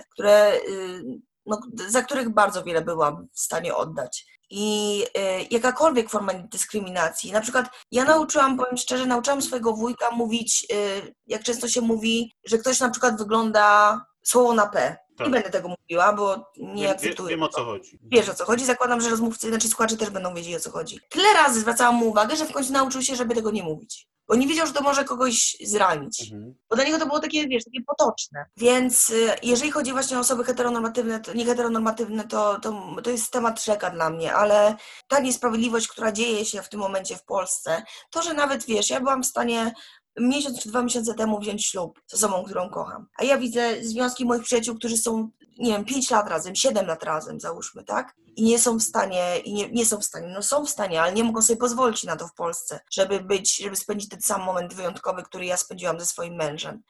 za których bardzo wiele byłam w stanie oddać. I jakakolwiek forma dyskryminacji, na przykład powiem szczerze, nauczyłam swojego wujka mówić, jak często się mówi, że ktoś na przykład wygląda słowo na P. Tak. Nie będę tego mówiła, bo nie akceptuję. Wiem o co chodzi. Wiesz o co chodzi, zakładam, że rozmówcy, słuchacze też będą wiedzieli o co chodzi. Tyle razy zwracałam mu uwagę, że w końcu nauczył się, żeby tego nie mówić. bo nie wiedział, że to może kogoś zranić. Bo dla niego to było takie, wiesz, takie potoczne. Więc jeżeli chodzi właśnie o osoby heteronormatywne, nieheteronormatywne, to jest temat rzeka dla mnie, ale ta niesprawiedliwość, która dzieje się w tym momencie w Polsce, to, że nawet, wiesz, ja byłam w stanie miesiąc czy 2 miesiące temu wziąć ślub z osobą, którą kocham. A ja widzę związki moich przyjaciół, którzy są, nie wiem, 5 lat razem, 7 lat razem, załóżmy, tak? I nie są w stanie, no są w stanie, ale nie mogą sobie pozwolić na to w Polsce, żeby spędzić ten sam moment wyjątkowy, który ja spędziłam ze swoim mężem.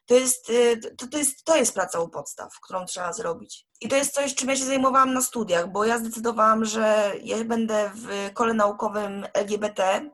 To jest praca u podstaw, którą trzeba zrobić. I to jest coś, czym ja się zajmowałam na studiach, bo ja zdecydowałam, że ja będę w kole naukowym LGBT,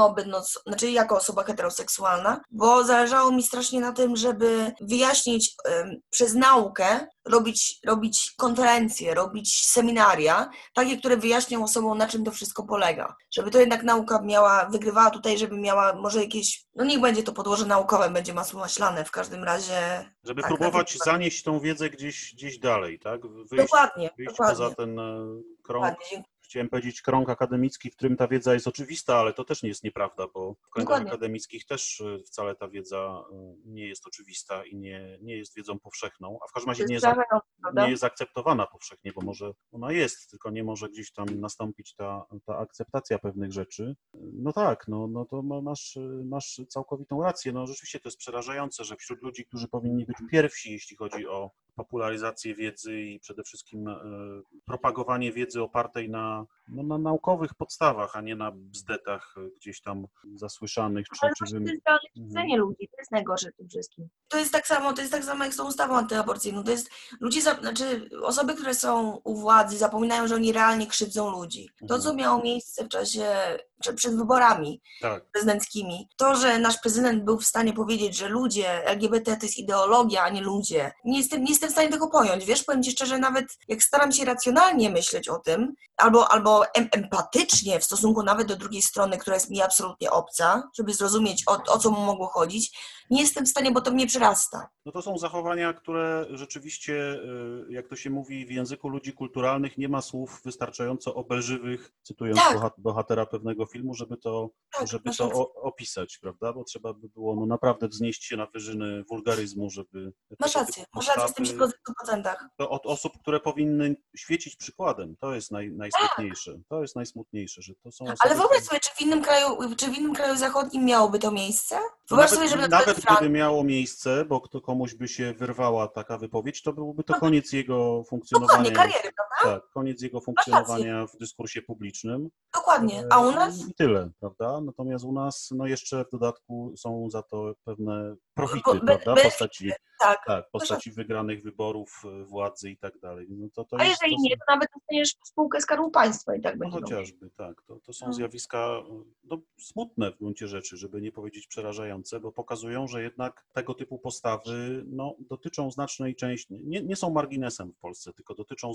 jako osoba heteroseksualna, bo zależało mi strasznie na tym, żeby wyjaśnić przez naukę, robić konferencje, robić seminaria, takie, które wyjaśnią osobom, na czym to wszystko polega. Żeby to jednak nauka wygrywała tutaj, żeby miała może jakieś, no niech będzie to podłoże naukowe, będzie masło maślane, w każdym razie. Żeby tak, próbować zanieść tą wiedzę gdzieś dalej, tak? Dokładnie. Poza ten krąg. Dokładnie. Chciałem powiedzieć krąg akademicki, w którym ta wiedza jest oczywista, ale to też nie jest nieprawda, bo w kręgach akademickich też wcale ta wiedza nie jest oczywista i nie jest wiedzą powszechną, a w każdym razie nie jest akceptowana powszechnie, bo może ona jest, tylko nie może gdzieś tam nastąpić ta akceptacja pewnych rzeczy. No tak, no to masz całkowitą rację. No rzeczywiście to jest przerażające, że wśród ludzi, którzy powinni być pierwsi, jeśli chodzi o popularyzację wiedzy i przede wszystkim propagowanie wiedzy opartej na naukowych podstawach, a nie na bzdetach gdzieś tam zasłyszanych. Ale to jest widzenie ludzi, to jest najgorsze w tym wszystkim. To jest tak samo jak z tą ustawą antyaborcyjną. To jest osoby, które są u władzy, zapominają, że oni realnie krzywdzą ludzi. To, co miało miejsce w czasie, przed wyborami prezydenckimi, to, że nasz prezydent był w stanie powiedzieć, że ludzie LGBT to jest ideologia, a nie ludzie. Nie jestem w stanie tego pojąć. Wiesz, powiem Ci szczerze, nawet jak staram się racjonalnie myśleć o tym, albo empatycznie w stosunku nawet do drugiej strony, która jest mi absolutnie obca, żeby zrozumieć, o co mu mogło chodzić, nie jestem w stanie, bo to mnie przerasta. No to są zachowania, które rzeczywiście, jak to się mówi w języku ludzi kulturalnych, nie ma słów wystarczająco obelżywych, cytując bohatera pewnego filmu, żeby to opisać, prawda? Bo trzeba by było naprawdę wznieść się na wyżyny wulgaryzmu, żeby... Masz rację, z tym się zgodzę w 100%. To od osób, które powinny świecić przykładem, to jest najsmutniejsze. To jest najsmutniejsze, że to są osoby... Ale wyobraź sobie, czy w innym kraju zachodnim miałoby to miejsce? Nawet gdyby miało miejsce, bo komuś by się wyrwała taka wypowiedź, to byłby to koniec jego funkcjonowania. Dokładnie, kariery, prawda? Tak, koniec jego funkcjonowania w dyskursie publicznym. Dokładnie, a u nas? I tyle, prawda? Natomiast u nas jeszcze w dodatku są za to pewne profity, prawda? Postaci wygranych wyborów, władzy i tak dalej. No a jeżeli nie, to nawet dostaniesz spółkę Skarbu Państwa i tak będzie. Chociażby, tak. To są zjawiska smutne w gruncie rzeczy, żeby nie powiedzieć przerażające, bo pokazują, że jednak tego typu postawy dotyczą znacznej części, nie są marginesem w Polsce, tylko dotyczą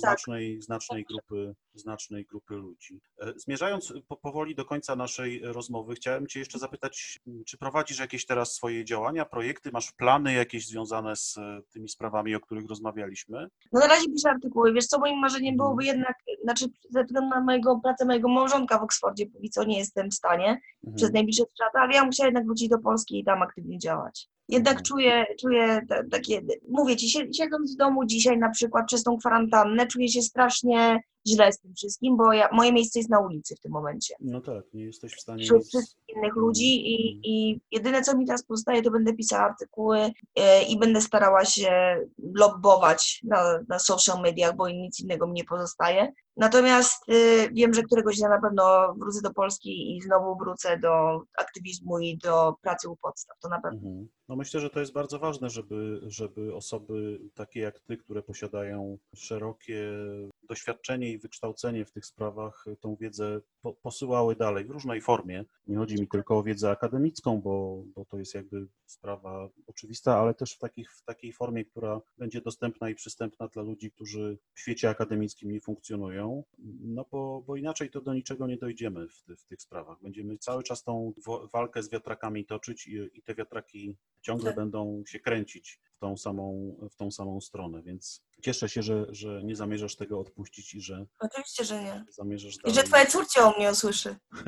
znacznej grupy ludzi. Zmierzając powoli do końca naszej rozmowy, chciałem Cię jeszcze zapytać, czy prowadzisz jakieś teraz swoje działania, projekty, masz plany jakieś związane z tymi sprawami, o których rozmawialiśmy? No na razie piszę artykuły. Wiesz co, moim marzeniem byłoby jednak, ze względu na pracę mojego małżonka w Oksfordzie, póki co nie jestem w stanie przez najbliższe 3 lata, ale ja musiała jednak wrócić do Polski i tam aktywnie działać. Jednak czuję takie, mówię Ci, siedząc w domu dzisiaj na przykład przez tą kwarantannę, czuję się strasznie źle z tym wszystkim, bo moje miejsce jest na ulicy w tym momencie. No tak, nie jesteś w stanie... Wśród wszystkich innych ludzi i jedyne, co mi teraz pozostaje, to będę pisała artykuły i będę starała się lobbować na social mediach, bo nic innego mi nie pozostaje. Natomiast wiem, że któregoś dnia na pewno wrócę do Polski i znowu wrócę do aktywizmu i do pracy u podstaw, to na pewno. No myślę, że to jest bardzo ważne, żeby osoby takie jak Ty, które posiadają szerokie doświadczenie i wykształcenie w tych sprawach, tą wiedzę posyłały dalej w różnej formie. Nie chodzi mi tylko o wiedzę akademicką, bo to jest jakby sprawa oczywista, ale też w takiej formie, która będzie dostępna i przystępna dla ludzi, którzy w świecie akademickim nie funkcjonują, no bo inaczej to do niczego nie dojdziemy w tych sprawach. Będziemy cały czas tą walkę z wiatrakami toczyć i te wiatraki ciągle będą się kręcić w tą samą stronę, więc cieszę się, że nie zamierzasz tego odpuścić i że oczywiście, że nie. Zamierzasz I dalej. że twoja córcia o mnie usłyszy. No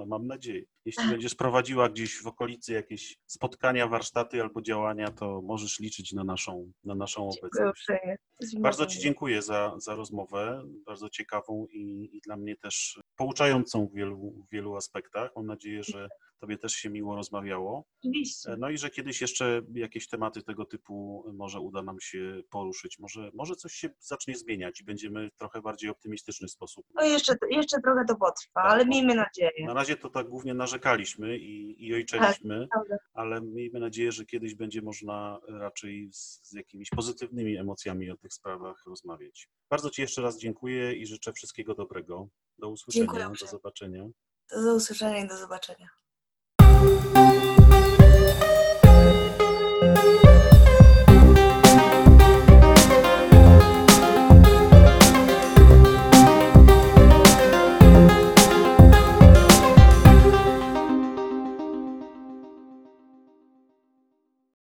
No mam nadzieję. Jeśli będziesz prowadziła gdzieś w okolicy jakieś spotkania, warsztaty albo działania, to możesz liczyć na naszą Dziękuję obecność. uprzejmie. Jest mi Bardzo bardzo Ci miło. dziękuję za rozmowę, bardzo ciekawą i dla mnie też pouczającą w wielu aspektach. Mam nadzieję, że Tobie też się miło rozmawiało. Oczywiście. No i że kiedyś jeszcze jakieś tematy tego typu może uda nam się poruszyć. Może coś się zacznie zmieniać i będziemy w trochę bardziej optymistyczny sposób. No jeszcze trochę to potrwa, Tak, ale bo miejmy nadzieję. na razie to tak głównie narzekaliśmy i Tak, ojczeliśmy, prawda. ale miejmy nadzieję, że kiedyś będzie można raczej z jakimiś pozytywnymi emocjami o tych sprawach rozmawiać. Bardzo Ci jeszcze raz dziękuję i życzę wszystkiego dobrego. Do usłyszenia, Dziękuję do uprzejmie. zobaczenia. Do usłyszenia i do zobaczenia.